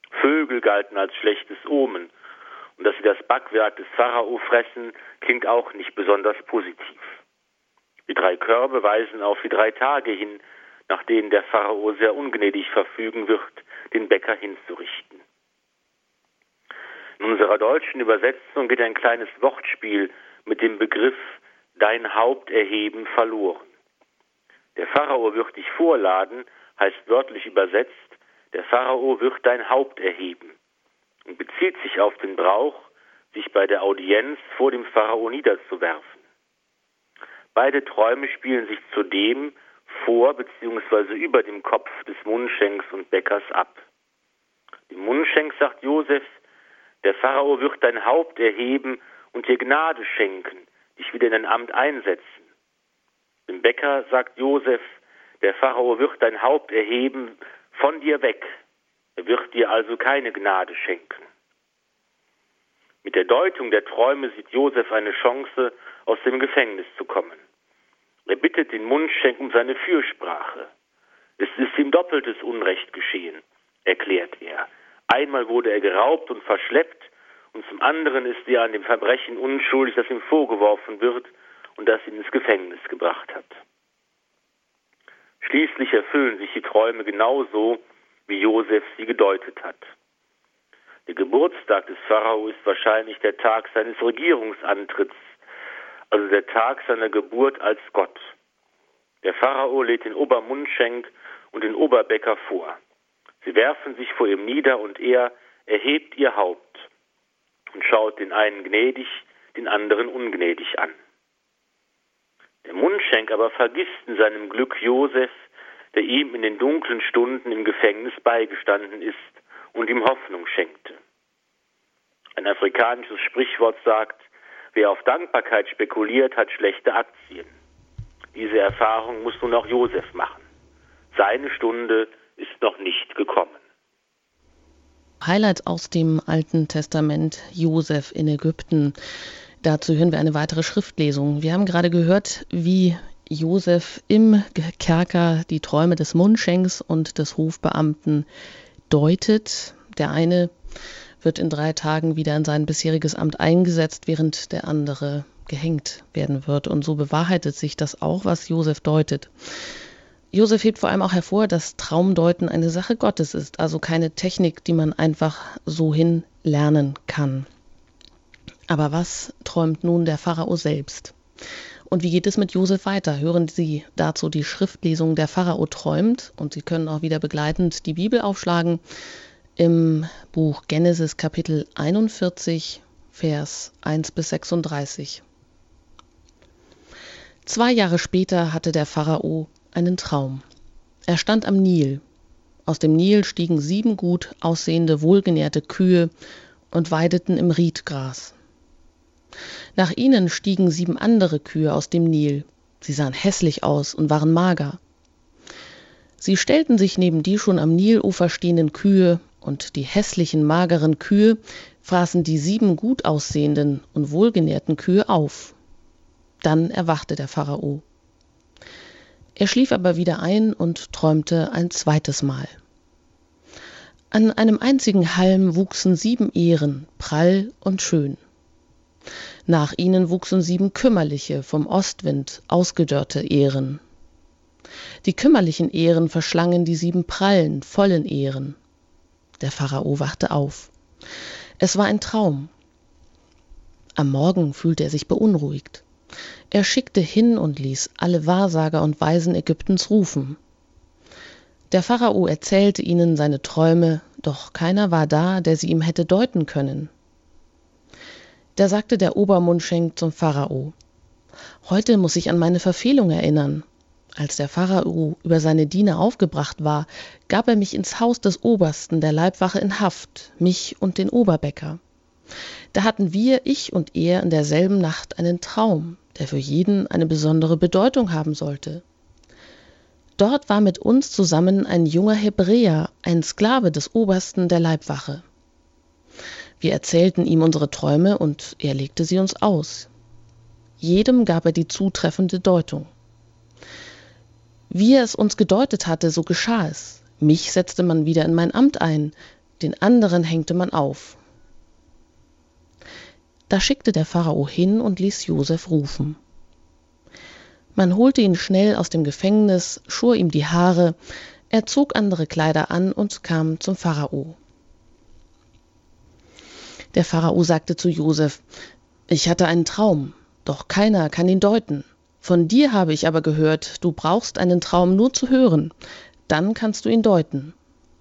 Vögel galten als schlechtes Omen. Und dass sie das Backwerk des Pharao fressen, klingt auch nicht besonders positiv. Die drei Körbe weisen auf die drei Tage hin, nach denen der Pharao sehr ungnädig verfügen wird, den Bäcker hinzurichten. In unserer deutschen Übersetzung geht ein kleines Wortspiel mit dem Begriff dein Haupt erheben verloren. Der Pharao wird dich vorladen, heißt wörtlich übersetzt, der Pharao wird dein Haupt erheben und bezieht sich auf den Brauch, sich bei der Audienz vor dem Pharao niederzuwerfen. Beide Träume spielen sich zudem vor bzw. über dem Kopf des Mundschenks und Bäckers ab. Dem Mundschenk sagt Josef, der Pharao wird dein Haupt erheben und dir Gnade schenken, dich wieder in dein Amt einsetzen. Dem Bäcker sagt Josef, der Pharao wird dein Haupt erheben von dir weg. Er wird dir also keine Gnade schenken. Mit der Deutung der Träume sieht Josef eine Chance, aus dem Gefängnis zu kommen. Er bittet den Mundschenk um seine Fürsprache. Es ist ihm doppeltes Unrecht geschehen, erklärt er. Einmal wurde er geraubt und verschleppt und zum anderen ist er an dem Verbrechen unschuldig, das ihm vorgeworfen wird und das ihn ins Gefängnis gebracht hat. Schließlich erfüllen sich die Träume genauso, wie Josef sie gedeutet hat. Der Geburtstag des Pharao ist wahrscheinlich der Tag seines Regierungsantritts, also der Tag seiner Geburt als Gott. Der Pharao lädt den Obermundschenk und den Oberbäcker vor. Sie werfen sich vor ihm nieder und er erhebt ihr Haupt und schaut den einen gnädig, den anderen ungnädig an. Der Mundschenk aber vergisst in seinem Glück Josef, der ihm in den dunklen Stunden im Gefängnis beigestanden ist und ihm Hoffnung schenkte. Ein afrikanisches Sprichwort sagt, wer auf Dankbarkeit spekuliert, hat schlechte Aktien. Diese Erfahrung muss nun auch Josef machen. Seine Stunde ist noch nicht gekommen. Highlight aus dem Alten Testament, Josef in Ägypten. Dazu hören wir eine weitere Schriftlesung. Wir haben gerade gehört, wie Josef im Kerker die Träume des Mundschenks und des Hofbeamten deutet. Der eine wird in drei Tagen wieder in sein bisheriges Amt eingesetzt, während der andere gehängt werden wird. Und so bewahrheitet sich das auch, was Josef deutet. Josef hebt vor allem auch hervor, dass Traumdeuten eine Sache Gottes ist, also keine Technik, die man einfach so hin lernen kann. Aber was träumt nun der Pharao selbst? Und wie geht es mit Josef weiter? Hören Sie dazu die Schriftlesung Der Pharao träumt und Sie können auch wieder begleitend die Bibel aufschlagen im Buch Genesis Kapitel einundvierzig, Vers eins bis sechsunddreißig. Zwei Jahre später hatte der Pharao einen Traum. Er stand am Nil. Aus dem Nil stiegen sieben gut aussehende, wohlgenährte Kühe und weideten im Riedgras. Nach ihnen stiegen sieben andere Kühe aus dem Nil. Sie sahen hässlich aus und waren mager. Sie stellten sich neben die schon am Nilufer stehenden Kühe, und die hässlichen, mageren Kühe fraßen die sieben gut aussehenden und wohlgenährten Kühe auf. Dann erwachte der Pharao. Er schlief aber wieder ein und träumte ein zweites Mal. An einem einzigen Halm wuchsen sieben Ähren, prall und schön. Nach ihnen wuchsen sieben kümmerliche, vom Ostwind ausgedörrte Ähren. Die kümmerlichen Ähren verschlangen die sieben prallen, vollen Ähren. Der Pharao wachte auf. Es war ein Traum. Am Morgen fühlte er sich beunruhigt. Er schickte hin und ließ alle Wahrsager und Weisen Ägyptens rufen. Der Pharao erzählte ihnen seine Träume, doch keiner war da, der sie ihm hätte deuten können. Da sagte der Obermundschenk zum Pharao: Heute muss ich an meine Verfehlung erinnern. Als der Pharao über seine Diener aufgebracht war, gab er mich ins Haus des Obersten der Leibwache in Haft, mich und den Oberbäcker. Da hatten wir, ich und er, in derselben Nacht einen Traum, der für jeden eine besondere Bedeutung haben sollte. Dort war mit uns zusammen ein junger Hebräer, ein Sklave des Obersten der Leibwache. Wir erzählten ihm unsere Träume und er legte sie uns aus. Jedem gab er die zutreffende Deutung. Wie er es uns gedeutet hatte, so geschah es. Mich setzte man wieder in mein Amt ein. den anderen hängte man auf. Da schickte der Pharao hin und ließ Josef rufen. Man holte ihn schnell aus dem Gefängnis, schor ihm die Haare, er zog andere Kleider an und kam zum Pharao. Der Pharao sagte zu Josef: Ich hatte einen Traum, doch keiner kann ihn deuten. Von dir habe ich aber gehört, du brauchst einen Traum nur zu hören, dann kannst du ihn deuten.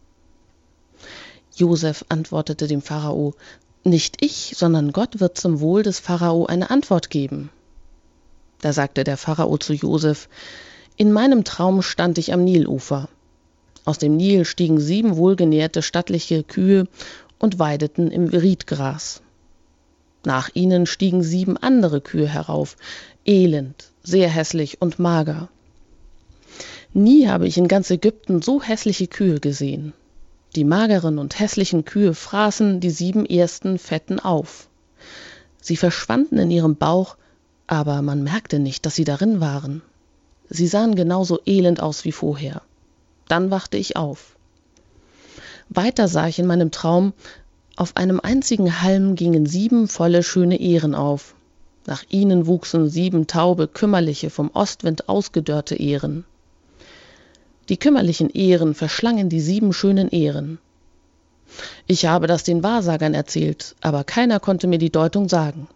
Josef antwortete dem Pharao: Nicht ich, sondern Gott wird zum Wohl des Pharao eine Antwort geben. Da sagte der Pharao zu Josef: In meinem Traum stand ich am Nilufer. Aus dem Nil stiegen sieben wohlgenährte stattliche Kühe und weideten im Riedgras. Nach ihnen stiegen sieben andere Kühe herauf, elend, sehr hässlich und mager. Nie habe ich in ganz Ägypten so hässliche Kühe gesehen. Die mageren und hässlichen Kühe fraßen die sieben ersten Fetten auf. Sie verschwanden in ihrem Bauch, aber man merkte nicht, dass sie darin waren. Sie sahen genauso elend aus wie vorher. Dann wachte ich auf. Weiter sah ich in meinem Traum, auf einem einzigen Halm gingen sieben volle schöne Ähren auf. Nach ihnen wuchsen sieben taube, kümmerliche, vom Ostwind ausgedörrte Ähren. Die kümmerlichen Ähren verschlangen die sieben schönen Ähren. Ich habe das den Wahrsagern erzählt, aber keiner konnte mir die Deutung sagen.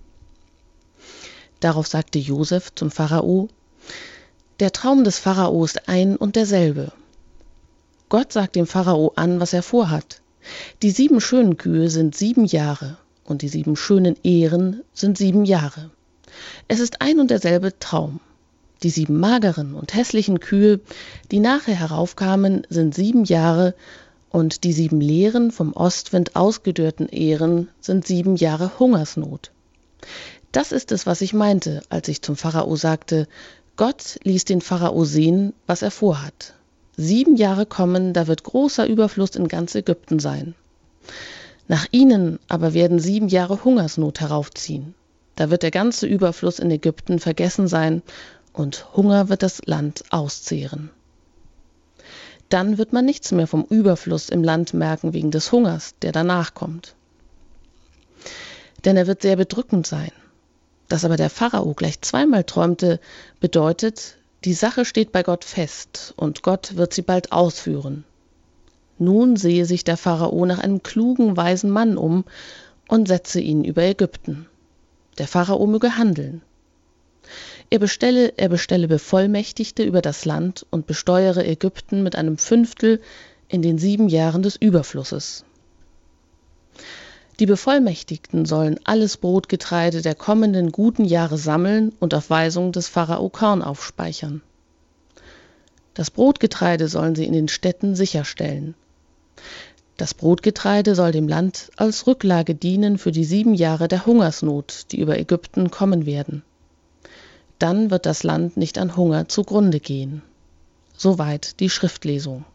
Darauf sagte Josef zum Pharao: Der Traum des Pharao ist ein und derselbe. Gott sagt dem Pharao an, was er vorhat. Die sieben schönen Kühe sind sieben Jahre und die sieben schönen Ähren sind sieben Jahre. Es ist ein und derselbe Traum. Die sieben mageren und hässlichen Kühe, die nachher heraufkamen, sind sieben Jahre und die sieben leeren, vom Ostwind ausgedörrten Ähren sind sieben Jahre Hungersnot. Das ist es, was ich meinte, als ich zum Pharao sagte: Gott ließ den Pharao sehen, was er vorhat. Sieben Jahre kommen, da wird großer Überfluss in ganz Ägypten sein. Nach ihnen aber werden sieben Jahre Hungersnot heraufziehen. Da wird der ganze Überfluss in Ägypten vergessen sein und Hunger wird das Land auszehren. Dann wird man nichts mehr vom Überfluss im Land merken wegen des Hungers, der danach kommt. Denn er wird sehr bedrückend sein. Dass aber der Pharao gleich zweimal träumte, bedeutet, die Sache steht bei Gott fest und Gott wird sie bald ausführen. Nun sehe sich der Pharao nach einem klugen, weisen Mann um und setze ihn über Ägypten. Der Pharao möge handeln. Er bestelle, er bestelle Bevollmächtigte über das Land und besteuere Ägypten mit einem Fünftel in den sieben Jahren des Überflusses. Die Bevollmächtigten sollen alles Brotgetreide der kommenden guten Jahre sammeln und auf Weisung des Pharao Korn aufspeichern. Das Brotgetreide sollen sie in den Städten sicherstellen. Das Brotgetreide soll dem Land als Rücklage dienen für die sieben Jahre der Hungersnot, die über Ägypten kommen werden. Dann wird das Land nicht an Hunger zugrunde gehen. Soweit die Schriftlesung.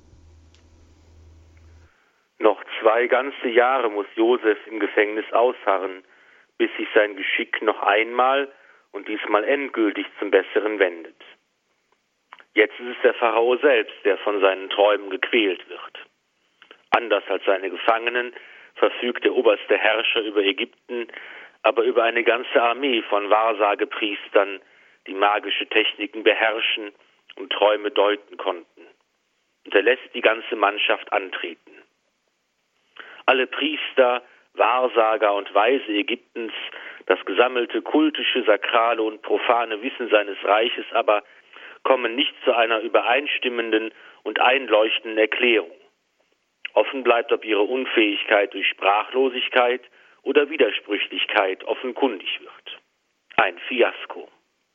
Noch zwei ganze Jahre muss Josef im Gefängnis ausharren, bis sich sein Geschick noch einmal und diesmal endgültig zum Besseren wendet. Jetzt ist es der Pharao selbst, der von seinen Träumen gequält wird. Anders als seine Gefangenen verfügt der oberste Herrscher über Ägypten, aber über eine ganze Armee von Wahrsagepriestern, die magische Techniken beherrschen und Träume deuten konnten. Und er lässt die ganze Mannschaft antreten. Alle Priester, Wahrsager und Weise Ägyptens, das gesammelte kultische, sakrale und profane Wissen seines Reiches aber kommen nicht zu einer übereinstimmenden und einleuchtenden Erklärung. Offen bleibt, ob ihre Unfähigkeit durch Sprachlosigkeit oder Widersprüchlichkeit offenkundig wird. Ein Fiasko.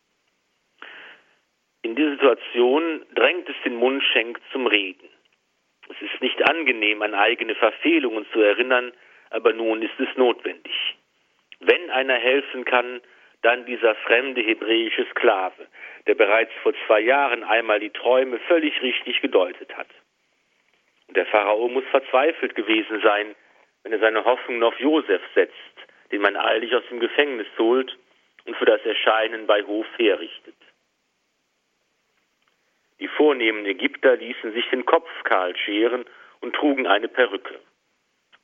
In dieser Situation drängt es den Mundschenk zum Reden. Es ist nicht angenehm, an eigene Verfehlungen zu erinnern, aber nun ist es notwendig. Wenn einer helfen kann, dann dieser fremde hebräische Sklave, der bereits vor zwei Jahren einmal die Träume völlig richtig gedeutet hat. Und der Pharao muss verzweifelt gewesen sein, wenn er seine Hoffnung auf Josef setzt, den man eilig aus dem Gefängnis holt und für das Erscheinen bei Hof herrichtet. Die vornehmen Ägypter ließen sich den Kopf kahl scheren und trugen eine Perücke.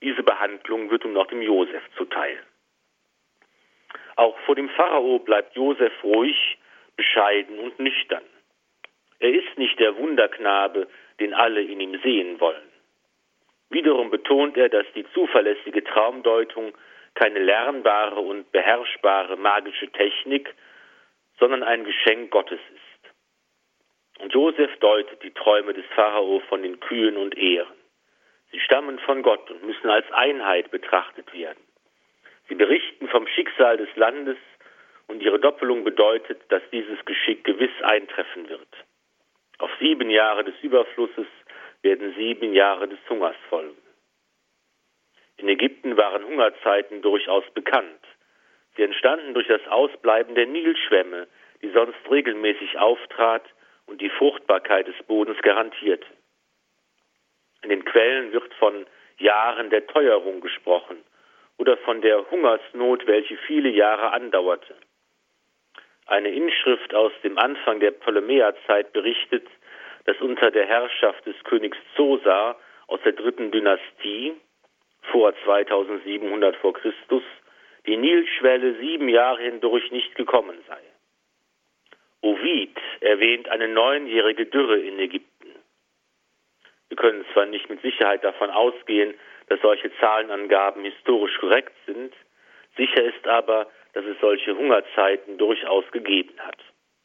Diese Behandlung wird nun auch dem Josef zuteil. Auch vor dem Pharao bleibt Josef ruhig, bescheiden und nüchtern. Er ist nicht der Wunderknabe, den alle in ihm sehen wollen. Wiederum betont er, dass die zuverlässige Traumdeutung keine lernbare und beherrschbare magische Technik, sondern ein Geschenk Gottes ist. Und Josef deutet die Träume des Pharao von den Kühen und Ehren. Sie stammen von Gott und müssen als Einheit betrachtet werden. Sie berichten vom Schicksal des Landes und ihre Doppelung bedeutet, dass dieses Geschick gewiss eintreffen wird. Auf sieben Jahre des Überflusses werden sieben Jahre des Hungers folgen. In Ägypten waren Hungerzeiten durchaus bekannt. Sie entstanden durch das Ausbleiben der Nilschwämme, die sonst regelmäßig auftrat und die Fruchtbarkeit des Bodens garantierte. In den Quellen wird von Jahren der Teuerung gesprochen oder von der Hungersnot, welche viele Jahre andauerte. Eine Inschrift aus dem Anfang der Ptolemäerzeit berichtet, dass unter der Herrschaft des Königs Zoser aus der dritten Dynastie, vor zweitausendsiebenhundert vor Christus, die Nilschwelle sieben Jahre hindurch nicht gekommen sei. Ovid erwähnt eine neunjährige Dürre in Ägypten. Wir können zwar nicht mit Sicherheit davon ausgehen, dass solche Zahlenangaben historisch korrekt sind, sicher ist aber, dass es solche Hungerzeiten durchaus gegeben hat.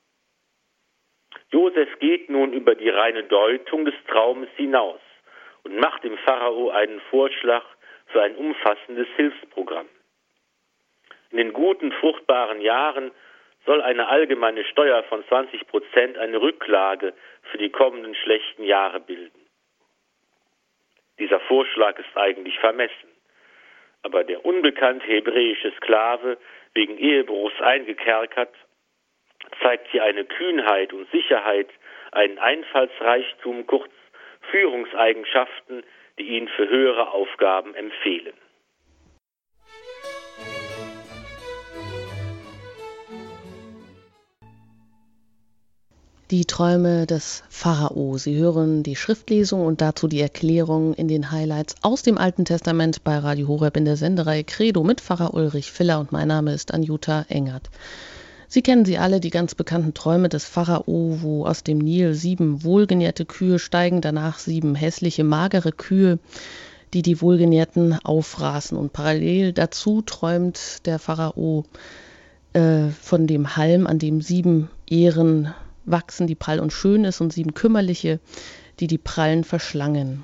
Josef geht nun über die reine Deutung des Traumes hinaus und macht dem Pharao einen Vorschlag für ein umfassendes Hilfsprogramm. In den guten, fruchtbaren Jahren soll eine allgemeine Steuer von zwanzig Prozent eine Rücklage für die kommenden schlechten Jahre bilden. Dieser Vorschlag ist eigentlich vermessen, aber der unbekannte hebräische Sklave, wegen Ehebruchs eingekerkert, zeigt hier eine Kühnheit und Sicherheit, einen Einfallsreichtum, kurz Führungseigenschaften, die ihn für höhere Aufgaben empfehlen. Die Träume des Pharao. Sie hören die Schriftlesung und dazu die Erklärung in den Highlights aus dem Alten Testament bei Radio Horeb in der Sendereihe Credo mit Pfarrer Ulrich Filler und mein Name ist Anjuta Engert. Sie kennen sie alle, die ganz bekannten Träume des Pharao, wo aus dem Nil sieben wohlgenährte Kühe steigen, danach sieben hässliche, magere Kühe, die die Wohlgenährten auffraßen. Und parallel dazu träumt der Pharao äh, von dem Halm, an dem sieben Ähren wachsen, die prall und schön ist, und sieben kümmerliche, die die Prallen verschlangen.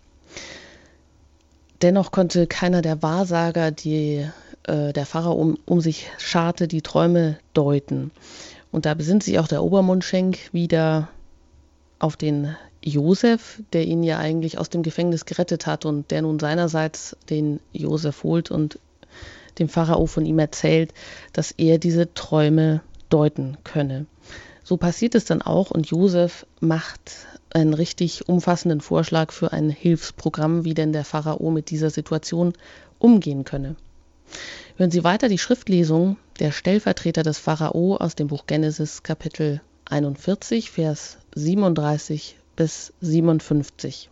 Dennoch konnte keiner der Wahrsager, die äh, der Pharao um, um sich scharte, die Träume deuten. Und da besinnt sich auch der Obermundschenk wieder auf den Josef, der ihn ja eigentlich aus dem Gefängnis gerettet hat und der nun seinerseits den Josef holt und dem Pharao von ihm erzählt, dass er diese Träume deuten könne. So passiert es dann auch und Josef macht einen richtig umfassenden Vorschlag für ein Hilfsprogramm, wie denn der Pharao mit dieser Situation umgehen könne. Hören Sie weiter die Schriftlesung der Stellvertreter des Pharao aus dem Buch Genesis Kapitel einundvierzig, Vers siebenunddreißig bis siebenundfünfzig.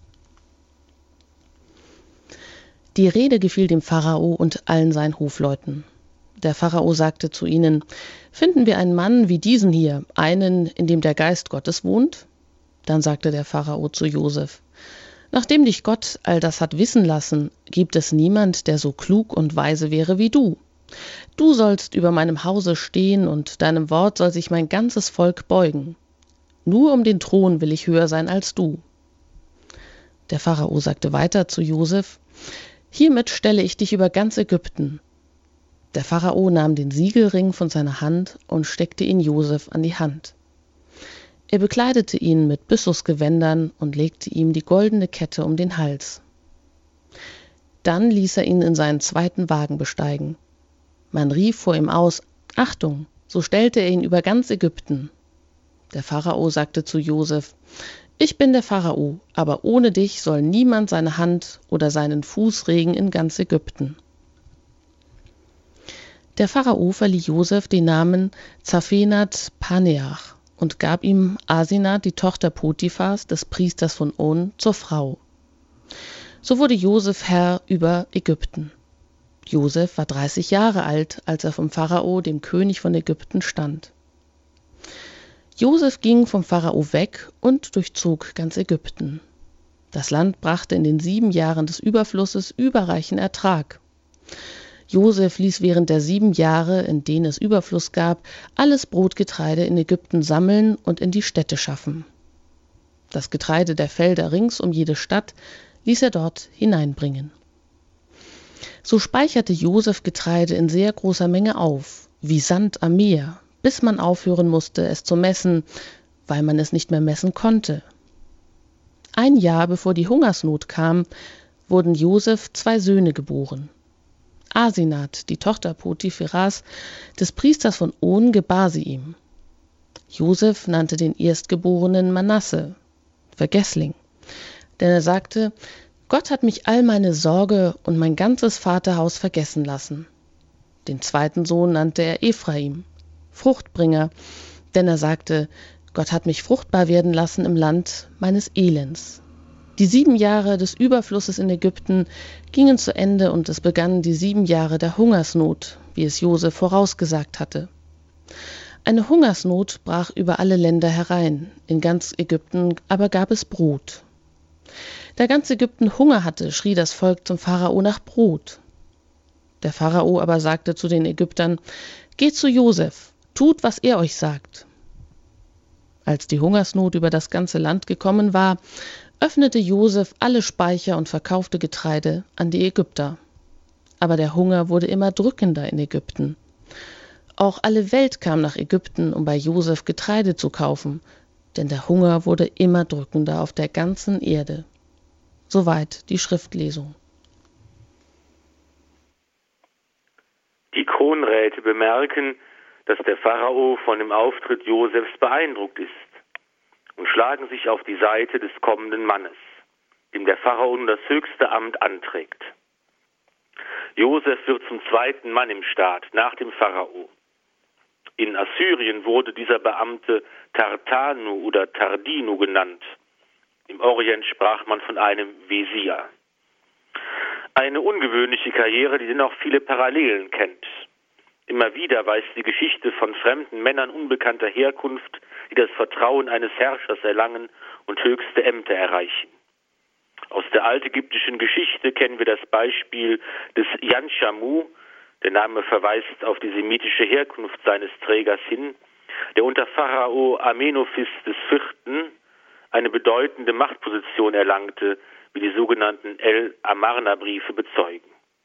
Die Rede gefiel dem Pharao und allen seinen Hofleuten. Der Pharao sagte zu ihnen: Finden wir einen Mann wie diesen hier, einen, in dem der Geist Gottes wohnt? Dann sagte der Pharao zu Josef: Nachdem dich Gott all das hat wissen lassen, gibt es niemand, der so klug und weise wäre wie du. Du sollst über meinem Hause stehen und deinem Wort soll sich mein ganzes Volk beugen. Nur um den Thron will ich höher sein als du. Der Pharao sagte weiter zu Josef: Hiermit stelle ich dich über ganz Ägypten. Der Pharao nahm den Siegelring von seiner Hand und steckte ihn Josef an die Hand. Er bekleidete ihn mit Byssusgewändern und legte ihm die goldene Kette um den Hals. Dann ließ er ihn in seinen zweiten Wagen besteigen. Man rief vor ihm aus: Achtung! So stellte er ihn über ganz Ägypten. Der Pharao sagte zu Josef: Ich bin der Pharao, aber ohne dich soll niemand seine Hand oder seinen Fuß regen in ganz Ägypten. Der Pharao verlieh Josef den Namen Zaphenat-Paneach und gab ihm Asenat, die Tochter Potiphars, des Priesters von On, zur Frau. So wurde Josef Herr über Ägypten. Josef war dreißig Jahre alt, als er vom Pharao, dem König von Ägypten, stand. Josef ging vom Pharao weg und durchzog ganz Ägypten. Das Land brachte in den sieben Jahren des Überflusses überreichen Ertrag. Josef ließ während der sieben Jahre, in denen es Überfluss gab, alles Brotgetreide in Ägypten sammeln und in die Städte schaffen. Das Getreide der Felder rings um jede Stadt ließ er dort hineinbringen. So speicherte Josef Getreide in sehr großer Menge auf, wie Sand am Meer, bis man aufhören musste, es zu messen, weil man es nicht mehr messen konnte. Ein Jahr bevor die Hungersnot kam, wurden Josef zwei Söhne geboren. Asenat, die Tochter Potipheras, des Priesters von On, gebar sie ihm. Josef nannte den Erstgeborenen Manasse, Vergessling, denn er sagte: Gott hat mich all meine Sorge und mein ganzes Vaterhaus vergessen lassen. Den zweiten Sohn nannte er Ephraim, Fruchtbringer, denn er sagte: Gott hat mich fruchtbar werden lassen im Land meines Elends. Die sieben Jahre des Überflusses in Ägypten gingen zu Ende und es begannen die sieben Jahre der Hungersnot, wie es Josef vorausgesagt hatte. Eine Hungersnot brach über alle Länder herein, in ganz Ägypten aber gab es Brot. Da ganz Ägypten Hunger hatte, schrie das Volk zum Pharao nach Brot. Der Pharao aber sagte zu den Ägyptern: Geht zu Josef, tut, was er euch sagt. Als die Hungersnot über das ganze Land gekommen war, öffnete Josef alle Speicher und verkaufte Getreide an die Ägypter. Aber der Hunger wurde immer drückender in Ägypten. Auch alle Welt kam nach Ägypten, um bei Josef Getreide zu kaufen, denn der Hunger wurde immer drückender auf der ganzen Erde. Soweit die Schriftlesung. Die Kronräte bemerken, dass der Pharao von dem Auftritt Josefs beeindruckt ist und schlagen sich auf die Seite des kommenden Mannes, dem der Pharao nun das höchste Amt anträgt. Josef wird zum zweiten Mann im Staat, nach dem Pharao. In Assyrien wurde dieser Beamte Tartanu oder Tardinu genannt. Im Orient sprach man von einem Wesir. Eine ungewöhnliche Karriere, die dennoch viele Parallelen kennt. Immer wieder weist die Geschichte von fremden Männern unbekannter Herkunft, die das Vertrauen eines Herrschers erlangen und höchste Ämter erreichen. Aus der altägyptischen Geschichte kennen wir das Beispiel des Yanshamu, der Name verweist auf die semitische Herkunft seines Trägers hin, der unter Pharao Amenophis des Vierten eine bedeutende Machtposition erlangte, wie die sogenannten El-Amarna-Briefe bezeugen.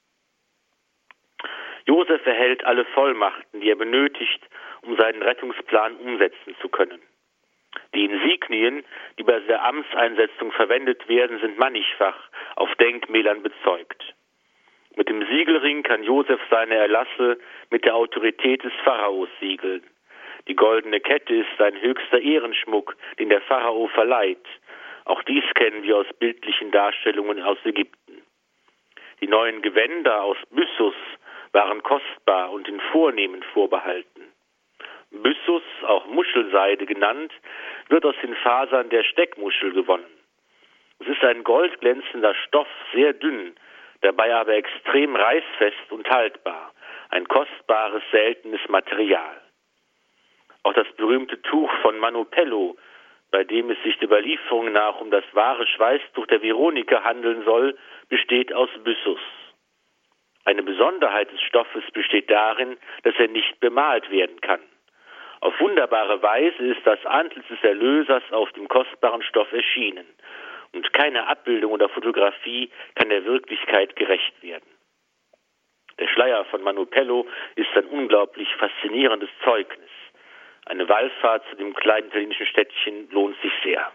Josef erhält alle Vollmachten, die er benötigt, um seinen Rettungsplan umsetzen zu können. Die Insignien, die bei der Amtseinsetzung verwendet werden, sind mannigfach auf Denkmälern bezeugt. Mit dem Siegelring kann Josef seine Erlasse mit der Autorität des Pharaos siegeln. Die goldene Kette ist sein höchster Ehrenschmuck, den der Pharao verleiht. Auch dies kennen wir aus bildlichen Darstellungen aus Ägypten. Die neuen Gewänder aus Byssus waren kostbar und den Vornehmen vorbehalten. Byssus, auch Muschelseide genannt, wird aus den Fasern der Steckmuschel gewonnen. Es ist ein goldglänzender Stoff, sehr dünn, dabei aber extrem reißfest und haltbar, ein kostbares, seltenes Material. Auch das berühmte Tuch von Manopello, bei dem es sich der Überlieferung nach um das wahre Schweißtuch der Veronika handeln soll, besteht aus Byssus. Eine Besonderheit des Stoffes besteht darin, dass er nicht bemalt werden kann. Auf wunderbare Weise ist das Antlitz des Erlösers auf dem kostbaren Stoff erschienen, und keine Abbildung oder Fotografie kann der Wirklichkeit gerecht werden. Der Schleier von Manopello ist ein unglaublich faszinierendes Zeugnis. Eine Wallfahrt zu dem kleinen italienischen Städtchen lohnt sich sehr.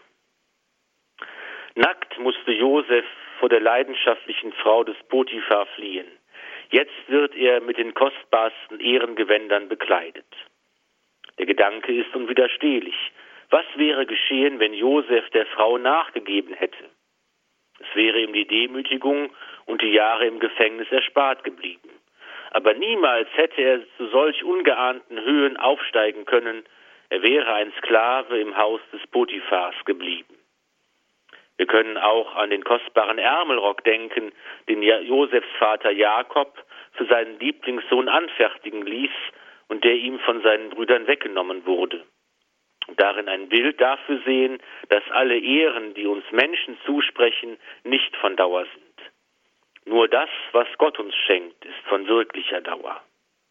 Nackt musste Josef vor der leidenschaftlichen Frau des Potiphar fliehen. Jetzt wird er mit den kostbarsten Ehrengewändern bekleidet. Der Gedanke ist unwiderstehlich. Was wäre geschehen, wenn Josef der Frau nachgegeben hätte? Es wäre ihm die Demütigung und die Jahre im Gefängnis erspart geblieben. Aber niemals hätte er zu solch ungeahnten Höhen aufsteigen können. Er wäre ein Sklave im Haus des Potiphars geblieben. Wir können auch an den kostbaren Ärmelrock denken, den Josefs Vater Jakob für seinen Lieblingssohn anfertigen ließ und der ihm von seinen Brüdern weggenommen wurde. Und darin ein Bild dafür sehen, dass alle Ehren, die uns Menschen zusprechen, nicht von Dauer sind. Nur das, was Gott uns schenkt, ist von wirklicher Dauer.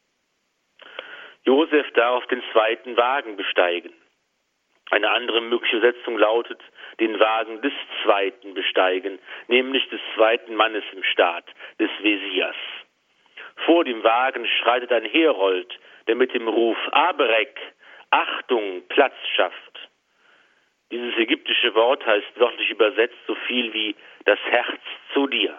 Josef darf den zweiten Wagen besteigen. Eine andere mögliche Übersetzung lautet, den Wagen des Zweiten besteigen, nämlich des zweiten Mannes im Staat, des Wesirs. Vor dem Wagen schreitet ein Herold, der mit dem Ruf Aberek, Achtung, Platz schafft. Dieses ägyptische Wort heißt wörtlich übersetzt so viel wie das Herz zu dir.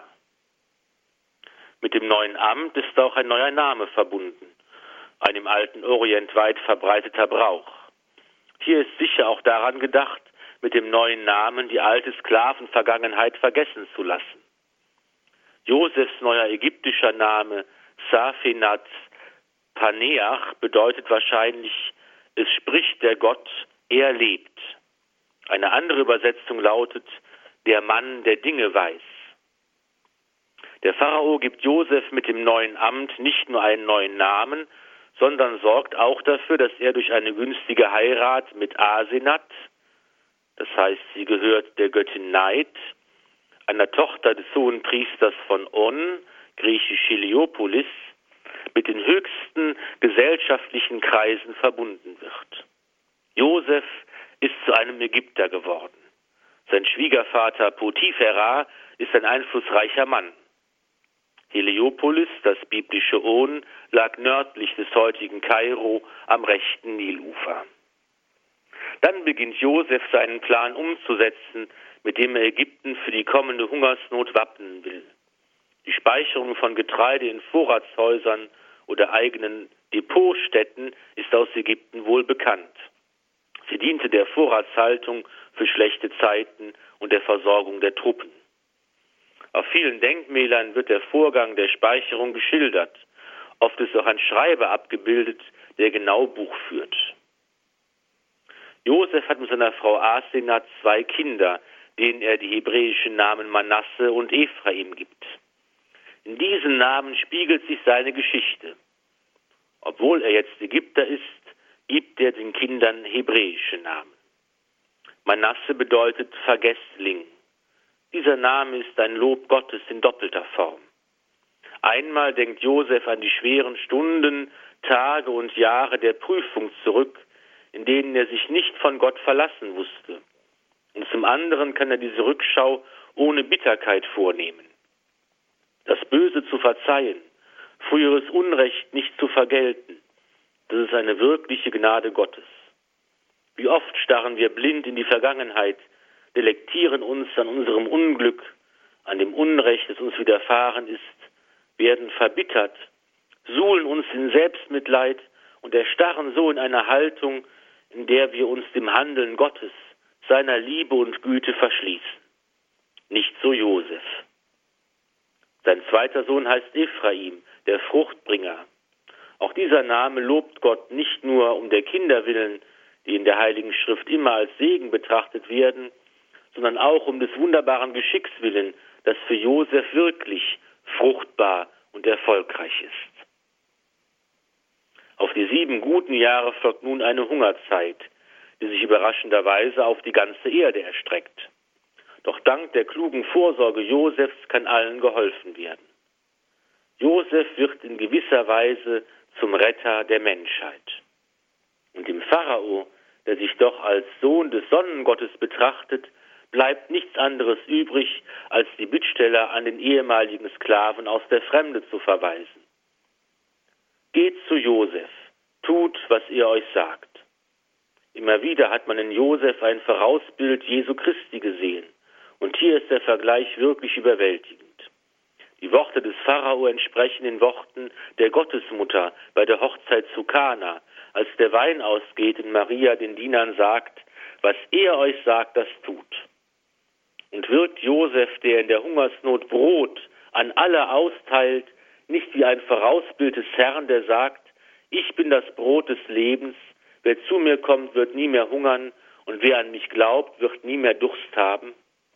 Mit dem neuen Amt ist auch ein neuer Name verbunden, ein im alten Orient weit verbreiteter Brauch. Hier ist sicher auch daran gedacht, mit dem neuen Namen die alte Sklavenvergangenheit vergessen zu lassen. Josefs neuer ägyptischer Name Safenat Paneach bedeutet wahrscheinlich, es spricht der Gott, er lebt. Eine andere Übersetzung lautet, der Mann, der Dinge weiß. Der Pharao gibt Josef mit dem neuen Amt nicht nur einen neuen Namen, sondern sorgt auch dafür, dass er durch eine günstige Heirat mit Asenat, das heißt, sie gehört der Göttin Neid, einer Tochter des Hohenpriesters von On, griechisch Heliopolis, mit den höchsten gesellschaftlichen Kreisen verbunden wird. Josef ist zu einem Ägypter geworden. Sein Schwiegervater Potiphera ist ein einflussreicher Mann. Heliopolis, das biblische On, lag nördlich des heutigen Kairo am rechten Nilufer. Dann beginnt Josef seinen Plan umzusetzen, mit dem er Ägypten für die kommende Hungersnot wappnen will. Die Speicherung von Getreide in Vorratshäusern oder eigenen Depotstätten ist aus Ägypten wohl bekannt. Sie diente der Vorratshaltung für schlechte Zeiten und der Versorgung der Truppen. Auf vielen Denkmälern wird der Vorgang der Speicherung geschildert. Oft ist auch ein Schreiber abgebildet, der genau Buch führt. Josef hat mit seiner Frau Asenath zwei Kinder, denen er die hebräischen Namen Manasse und Ephraim gibt. In diesen Namen spiegelt sich seine Geschichte. Obwohl er jetzt Ägypter ist, gibt er den Kindern hebräische Namen. Manasse bedeutet Vergessling. Dieser Name ist ein Lob Gottes in doppelter Form. Einmal denkt Josef an die schweren Stunden, Tage und Jahre der Prüfung zurück, in denen er sich nicht von Gott verlassen wusste. Und zum anderen kann er diese Rückschau ohne Bitterkeit vornehmen. Das Böse zu verzeihen, früheres Unrecht nicht zu vergelten, das ist eine wirkliche Gnade Gottes. Wie oft starren wir blind in die Vergangenheit, delektieren uns an unserem Unglück, an dem Unrecht, das uns widerfahren ist, werden verbittert, suhlen uns in Selbstmitleid und erstarren so in einer Haltung, in der wir uns dem Handeln Gottes, seiner Liebe und Güte verschließen. Nicht so Josef. Sein zweiter Sohn heißt Ephraim, der Fruchtbringer. Auch dieser Name lobt Gott nicht nur um der Kinder willen, die in der Heiligen Schrift immer als Segen betrachtet werden, sondern auch um des wunderbaren Geschicks willen, das für Josef wirklich fruchtbar und erfolgreich ist. Auf die sieben guten Jahre folgt nun eine Hungerzeit, die sich überraschenderweise auf die ganze Erde erstreckt. Doch dank der klugen Vorsorge Josefs kann allen geholfen werden. Josef wird in gewisser Weise zum Retter der Menschheit. Und dem Pharao, der sich doch als Sohn des Sonnengottes betrachtet, bleibt nichts anderes übrig, als die Bittsteller an den ehemaligen Sklaven aus der Fremde zu verweisen. Geht zu Josef, tut, was er euch sagt. Immer wieder hat man in Josef ein Vorausbild Jesu Christi gesehen. Und hier ist der Vergleich wirklich überwältigend. Die Worte des Pharao entsprechen den Worten der Gottesmutter bei der Hochzeit zu Kana, als der Wein ausgeht und Maria den Dienern sagt, was er euch sagt, das tut. Und wird Josef, der in der Hungersnot Brot an alle austeilt, nicht wie ein Vorausbild des Herrn, der sagt, ich bin das Brot des Lebens, wer zu mir kommt, wird nie mehr hungern und wer an mich glaubt, wird nie mehr Durst haben?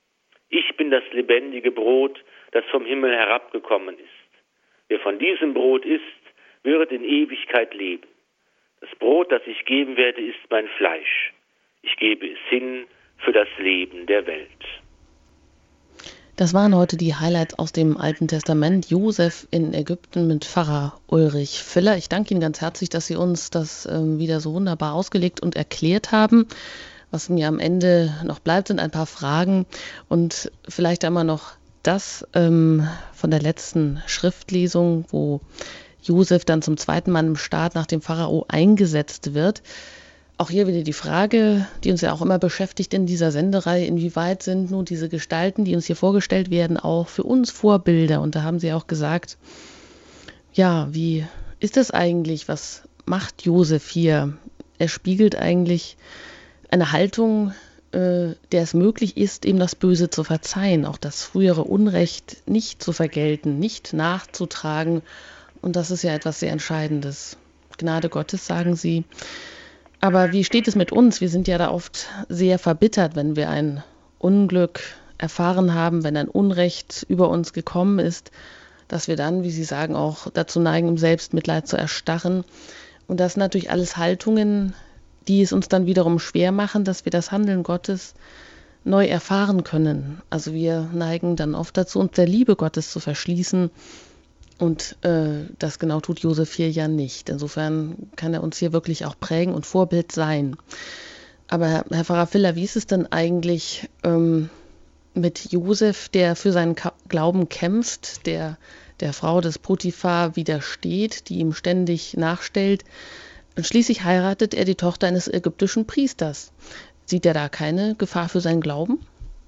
Ich bin das lebendige Brot, das vom Himmel herabgekommen ist. Wer von diesem Brot isst, wird in Ewigkeit leben. Das Brot, das ich geben werde, ist mein Fleisch. Ich gebe es hin für das Leben der Welt. Das waren heute die Highlights aus dem Alten Testament. Josef in Ägypten mit Pfarrer Ulrich Filler. Ich danke Ihnen ganz herzlich, dass Sie uns das äh, wieder so wunderbar ausgelegt und erklärt haben. Was mir am Ende noch bleibt, sind ein paar Fragen und vielleicht einmal noch das ähm, von der letzten Schriftlesung, wo Josef dann zum zweiten Mal im Staat nach dem Pharao eingesetzt wird. Auch hier wieder die Frage, die uns ja auch immer beschäftigt in dieser Sendereihe, inwieweit sind nun diese Gestalten, die uns hier vorgestellt werden, auch für uns Vorbilder? Und da haben Sie auch gesagt, ja, wie ist das eigentlich? Was macht Josef hier? Er spiegelt eigentlich eine Haltung, äh, der es möglich ist, eben das Böse zu verzeihen, auch das frühere Unrecht nicht zu vergelten, nicht nachzutragen. Und das ist ja etwas sehr Entscheidendes. Gnade Gottes, sagen Sie. Aber wie steht es mit uns? Wir sind ja da oft sehr verbittert, wenn wir ein Unglück erfahren haben, wenn ein Unrecht über uns gekommen ist, dass wir dann, wie Sie sagen, auch dazu neigen, im Selbstmitleid zu erstarren. Und das sind natürlich alles Haltungen, die es uns dann wiederum schwer machen, dass wir das Handeln Gottes neu erfahren können. Also wir neigen dann oft dazu, uns der Liebe Gottes zu verschließen. Und äh, das genau tut Josef hier ja nicht. Insofern kann er uns hier wirklich auch prägen und Vorbild sein. Aber Herr, Herr Pfarrer Filler, wie ist es denn eigentlich ähm, mit Josef, der für seinen Ka- Glauben kämpft, der der Frau des Potiphar widersteht, die ihm ständig nachstellt? Und schließlich heiratet er die Tochter eines ägyptischen Priesters. Sieht er da keine Gefahr für seinen Glauben?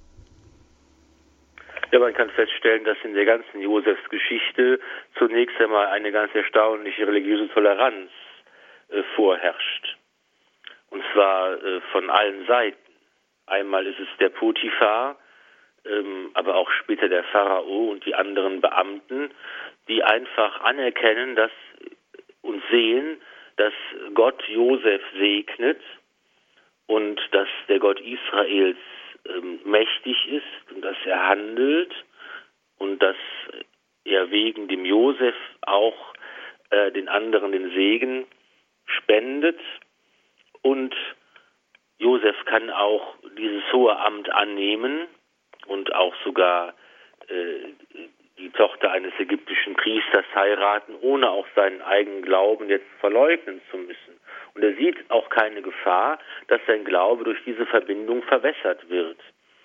Ja, man kann feststellen, dass in der ganzen Josefs-Geschichte zunächst einmal eine ganz erstaunliche religiöse Toleranz äh, vorherrscht. Und zwar äh, von allen Seiten. Einmal ist es der Potiphar, ähm, aber auch später der Pharao und die anderen Beamten, die einfach anerkennen, dass und sehen, dass Gott Josef segnet und dass der Gott Israels ähm, mächtig ist und dass er handelt und dass er wegen dem Josef auch äh, den anderen den Segen spendet. Und Josef kann auch dieses hohe Amt annehmen und auch sogar äh, die Tochter eines ägyptischen Priesters heiraten, ohne auch seinen eigenen Glauben jetzt verleugnen zu müssen. Und er sieht auch keine Gefahr, dass sein Glaube durch diese Verbindung verwässert wird.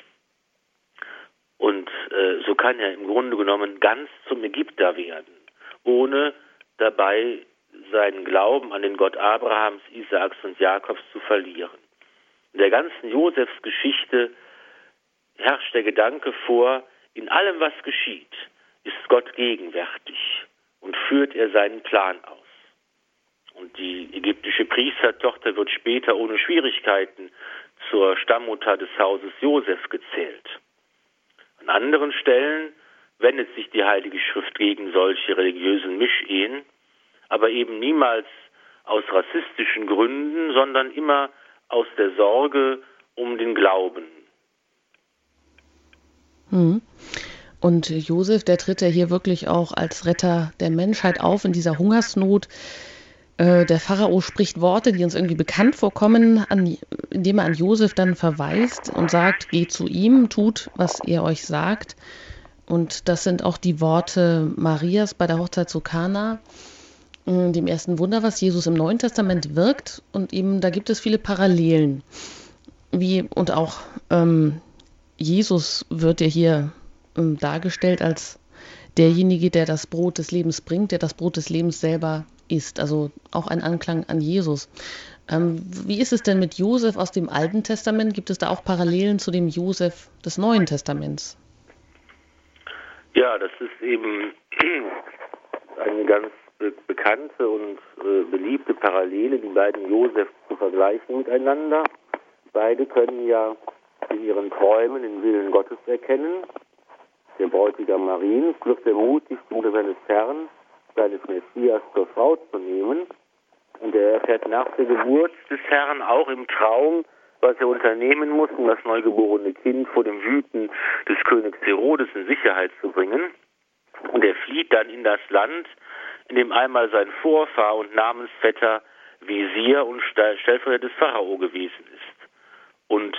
Und äh, so kann er im Grunde genommen ganz zum Ägypter werden, ohne dabei seinen Glauben an den Gott Abrahams, Isaaks und Jakobs zu verlieren. In der ganzen Josefs-Geschichte herrscht der Gedanke vor, in allem, was geschieht, ist Gott gegenwärtig und führt er seinen Plan aus. Und die ägyptische Priestertochter wird später ohne Schwierigkeiten zur Stammmutter des Hauses Josef gezählt. An anderen Stellen wendet sich die Heilige Schrift gegen solche religiösen Mischehen, aber eben niemals aus rassistischen Gründen, sondern immer aus der Sorge um den Glauben. Hm. Und Josef, der tritt ja hier wirklich auch als Retter der Menschheit auf in dieser Hungersnot. Äh, der Pharao spricht Worte, die uns irgendwie bekannt vorkommen, an, indem er an Josef dann verweist und sagt, geht zu ihm, tut, was er euch sagt. Und das sind auch die Worte Marias bei der Hochzeit zu Kana, äh, dem ersten Wunder, was Jesus im Neuen Testament wirkt. Und eben, da gibt es viele Parallelen. Wie, und auch ähm, Jesus wird ja hier ähm, dargestellt als derjenige, der das Brot des Lebens bringt, der das Brot des Lebens selber isst. Also auch ein Anklang an Jesus. Ähm, wie ist es denn mit Josef aus dem Alten Testament? Gibt es da auch Parallelen zu dem Josef des Neuen Testaments? Ja, das ist eben eine ganz be- bekannte und äh, beliebte Parallele, die beiden Josef zu vergleichen miteinander. Beide können ja in ihren Träumen den Willen Gottes erkennen. Der Bräutigam Mariens wird ermutigt, unter seines Herrn, seines Messias zur Frau zu nehmen. Und er erfährt nach der Geburt des Herrn auch im Traum, was er unternehmen muss, um das neugeborene Kind vor dem Wüten des Königs Herodes in Sicherheit zu bringen. Und er flieht dann in das Land, in dem einmal sein Vorfahr und Namensvetter Wesir und Stellvertreter des Pharao gewesen ist. Und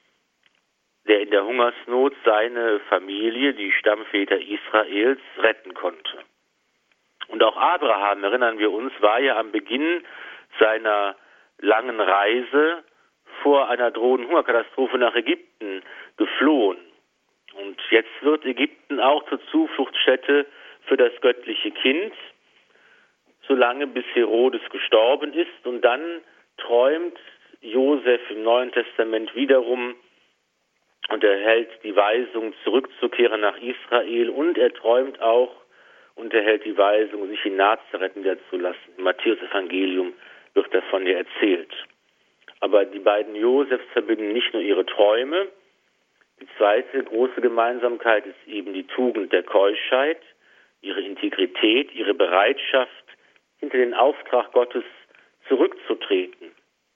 der in der Hungersnot seine Familie, die Stammväter Israels, retten konnte. Und auch Abraham, erinnern wir uns, war ja am Beginn seiner langen Reise vor einer drohenden Hungerkatastrophe nach Ägypten geflohen. Und jetzt wird Ägypten auch zur Zufluchtsstätte für das göttliche Kind, solange bis Herodes gestorben ist. Und dann träumt Josef im Neuen Testament wiederum und erhält die Weisung, zurückzukehren nach Israel. Und er träumt auch und erhält die Weisung, sich in Nazareth niederzulassen. Im Matthäus-Evangelium wird davon ja erzählt. Aber die beiden Josefs verbinden nicht nur ihre Träume. Die zweite große Gemeinsamkeit ist eben die Tugend der Keuschheit, ihre Integrität, ihre Bereitschaft, hinter den Auftrag Gottes zurückzutreten.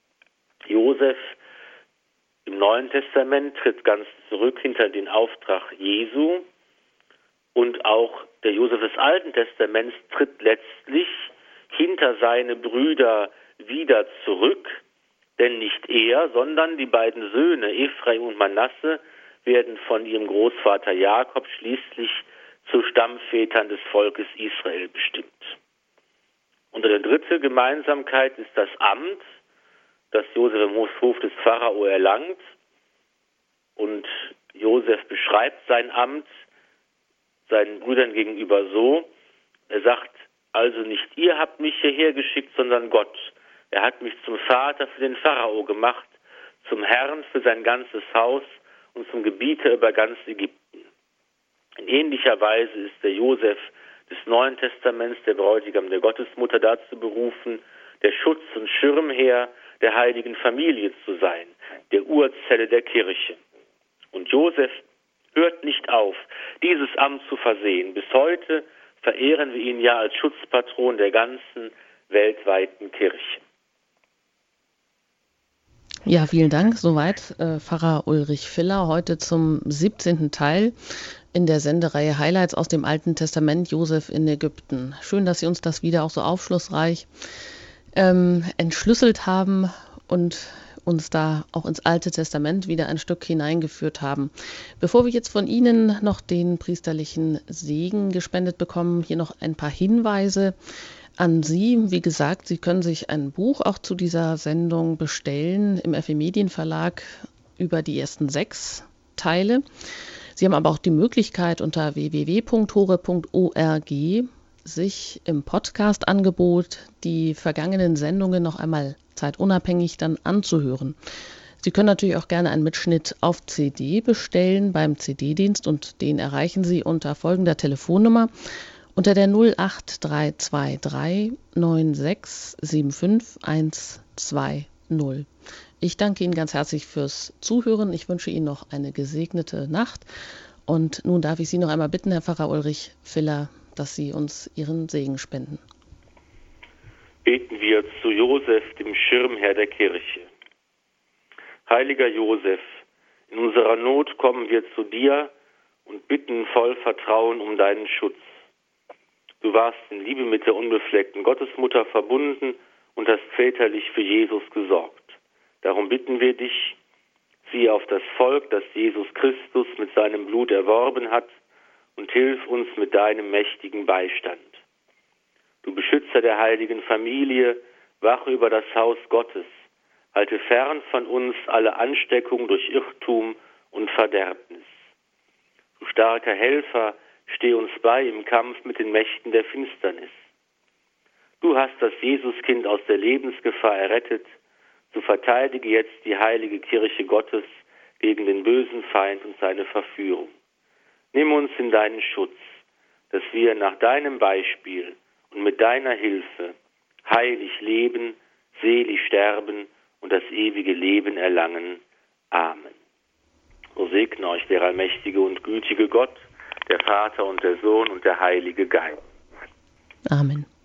Josef im Neuen Testament tritt ganz zurück hinter den Auftrag Jesu, und auch der Josef des Alten Testaments tritt letztlich hinter seine Brüder wieder zurück, denn nicht er, sondern die beiden Söhne Ephraim und Manasse werden von ihrem Großvater Jakob schließlich zu Stammvätern des Volkes Israel bestimmt. Und eine dritte Gemeinsamkeit ist das Amt, das Josef im Hof des Pharao erlangt. Und Josef beschreibt sein Amt seinen Brüdern gegenüber so: Er sagt, also nicht ihr habt mich hierher geschickt, sondern Gott. Er hat mich zum Vater für den Pharao gemacht, zum Herrn für sein ganzes Haus und zum Gebieter über ganz Ägypten. In ähnlicher Weise ist der Josef des Neuen Testaments, der Bräutigam der Gottesmutter, dazu berufen, der Schutz- und Schirmherr der heiligen Familie zu sein, der Urzelle der Kirche. Und Josef hört nicht auf, dieses Amt zu versehen. Bis heute verehren wir ihn ja als Schutzpatron der ganzen weltweiten Kirche. Ja, vielen Dank. Soweit äh, Pfarrer Ulrich Filler heute zum siebzehnten Teil in der Sendereihe Highlights aus dem Alten Testament, Josef in Ägypten. Schön, dass Sie uns das wieder auch so aufschlussreich ähm, entschlüsselt haben und uns da auch ins Alte Testament wieder ein Stück hineingeführt haben. Bevor wir jetzt von Ihnen noch den priesterlichen Segen gespendet bekommen, hier noch ein paar Hinweise an Sie. Wie gesagt, Sie können sich ein Buch auch zu dieser Sendung bestellen im F E Medienverlag über die ersten sechs Teile. Sie haben aber auch die Möglichkeit, unter w w w punkt hore punkt org sich im Podcast-Angebot die vergangenen Sendungen noch einmal zeitunabhängig dann anzuhören. Sie können natürlich auch gerne einen Mitschnitt auf C D bestellen beim C D-Dienst, und den erreichen Sie unter folgender Telefonnummer unter der null acht drei zwei drei neun sechs sieben fünf eins zwei null. Ich danke Ihnen ganz herzlich fürs Zuhören. Ich wünsche Ihnen noch eine gesegnete Nacht. Und nun darf ich Sie noch einmal bitten, Herr Pfarrer Ulrich Filler, dass Sie uns Ihren Segen spenden. Beten wir zu Josef, dem Schirmherr der Kirche. Heiliger Josef, in unserer Not kommen wir zu dir und bitten voll Vertrauen um deinen Schutz. Du warst in Liebe mit der unbefleckten Gottesmutter verbunden und hast väterlich für Jesus gesorgt. Darum bitten wir dich, sieh auf das Volk, das Jesus Christus mit seinem Blut erworben hat, und hilf uns mit deinem mächtigen Beistand. Du Beschützer der heiligen Familie, wache über das Haus Gottes, halte fern von uns alle Ansteckung durch Irrtum und Verderbnis. Du starker Helfer, steh uns bei im Kampf mit den Mächten der Finsternis. Du hast das Jesuskind aus der Lebensgefahr errettet, so verteidige jetzt die heilige Kirche Gottes gegen den bösen Feind und seine Verführung. Nimm uns in deinen Schutz, dass wir nach deinem Beispiel und mit deiner Hilfe heilig leben, selig sterben und das ewige Leben erlangen. Amen. So segne euch der allmächtige und gütige Gott, der Vater und der Sohn und der Heilige Geist. Amen.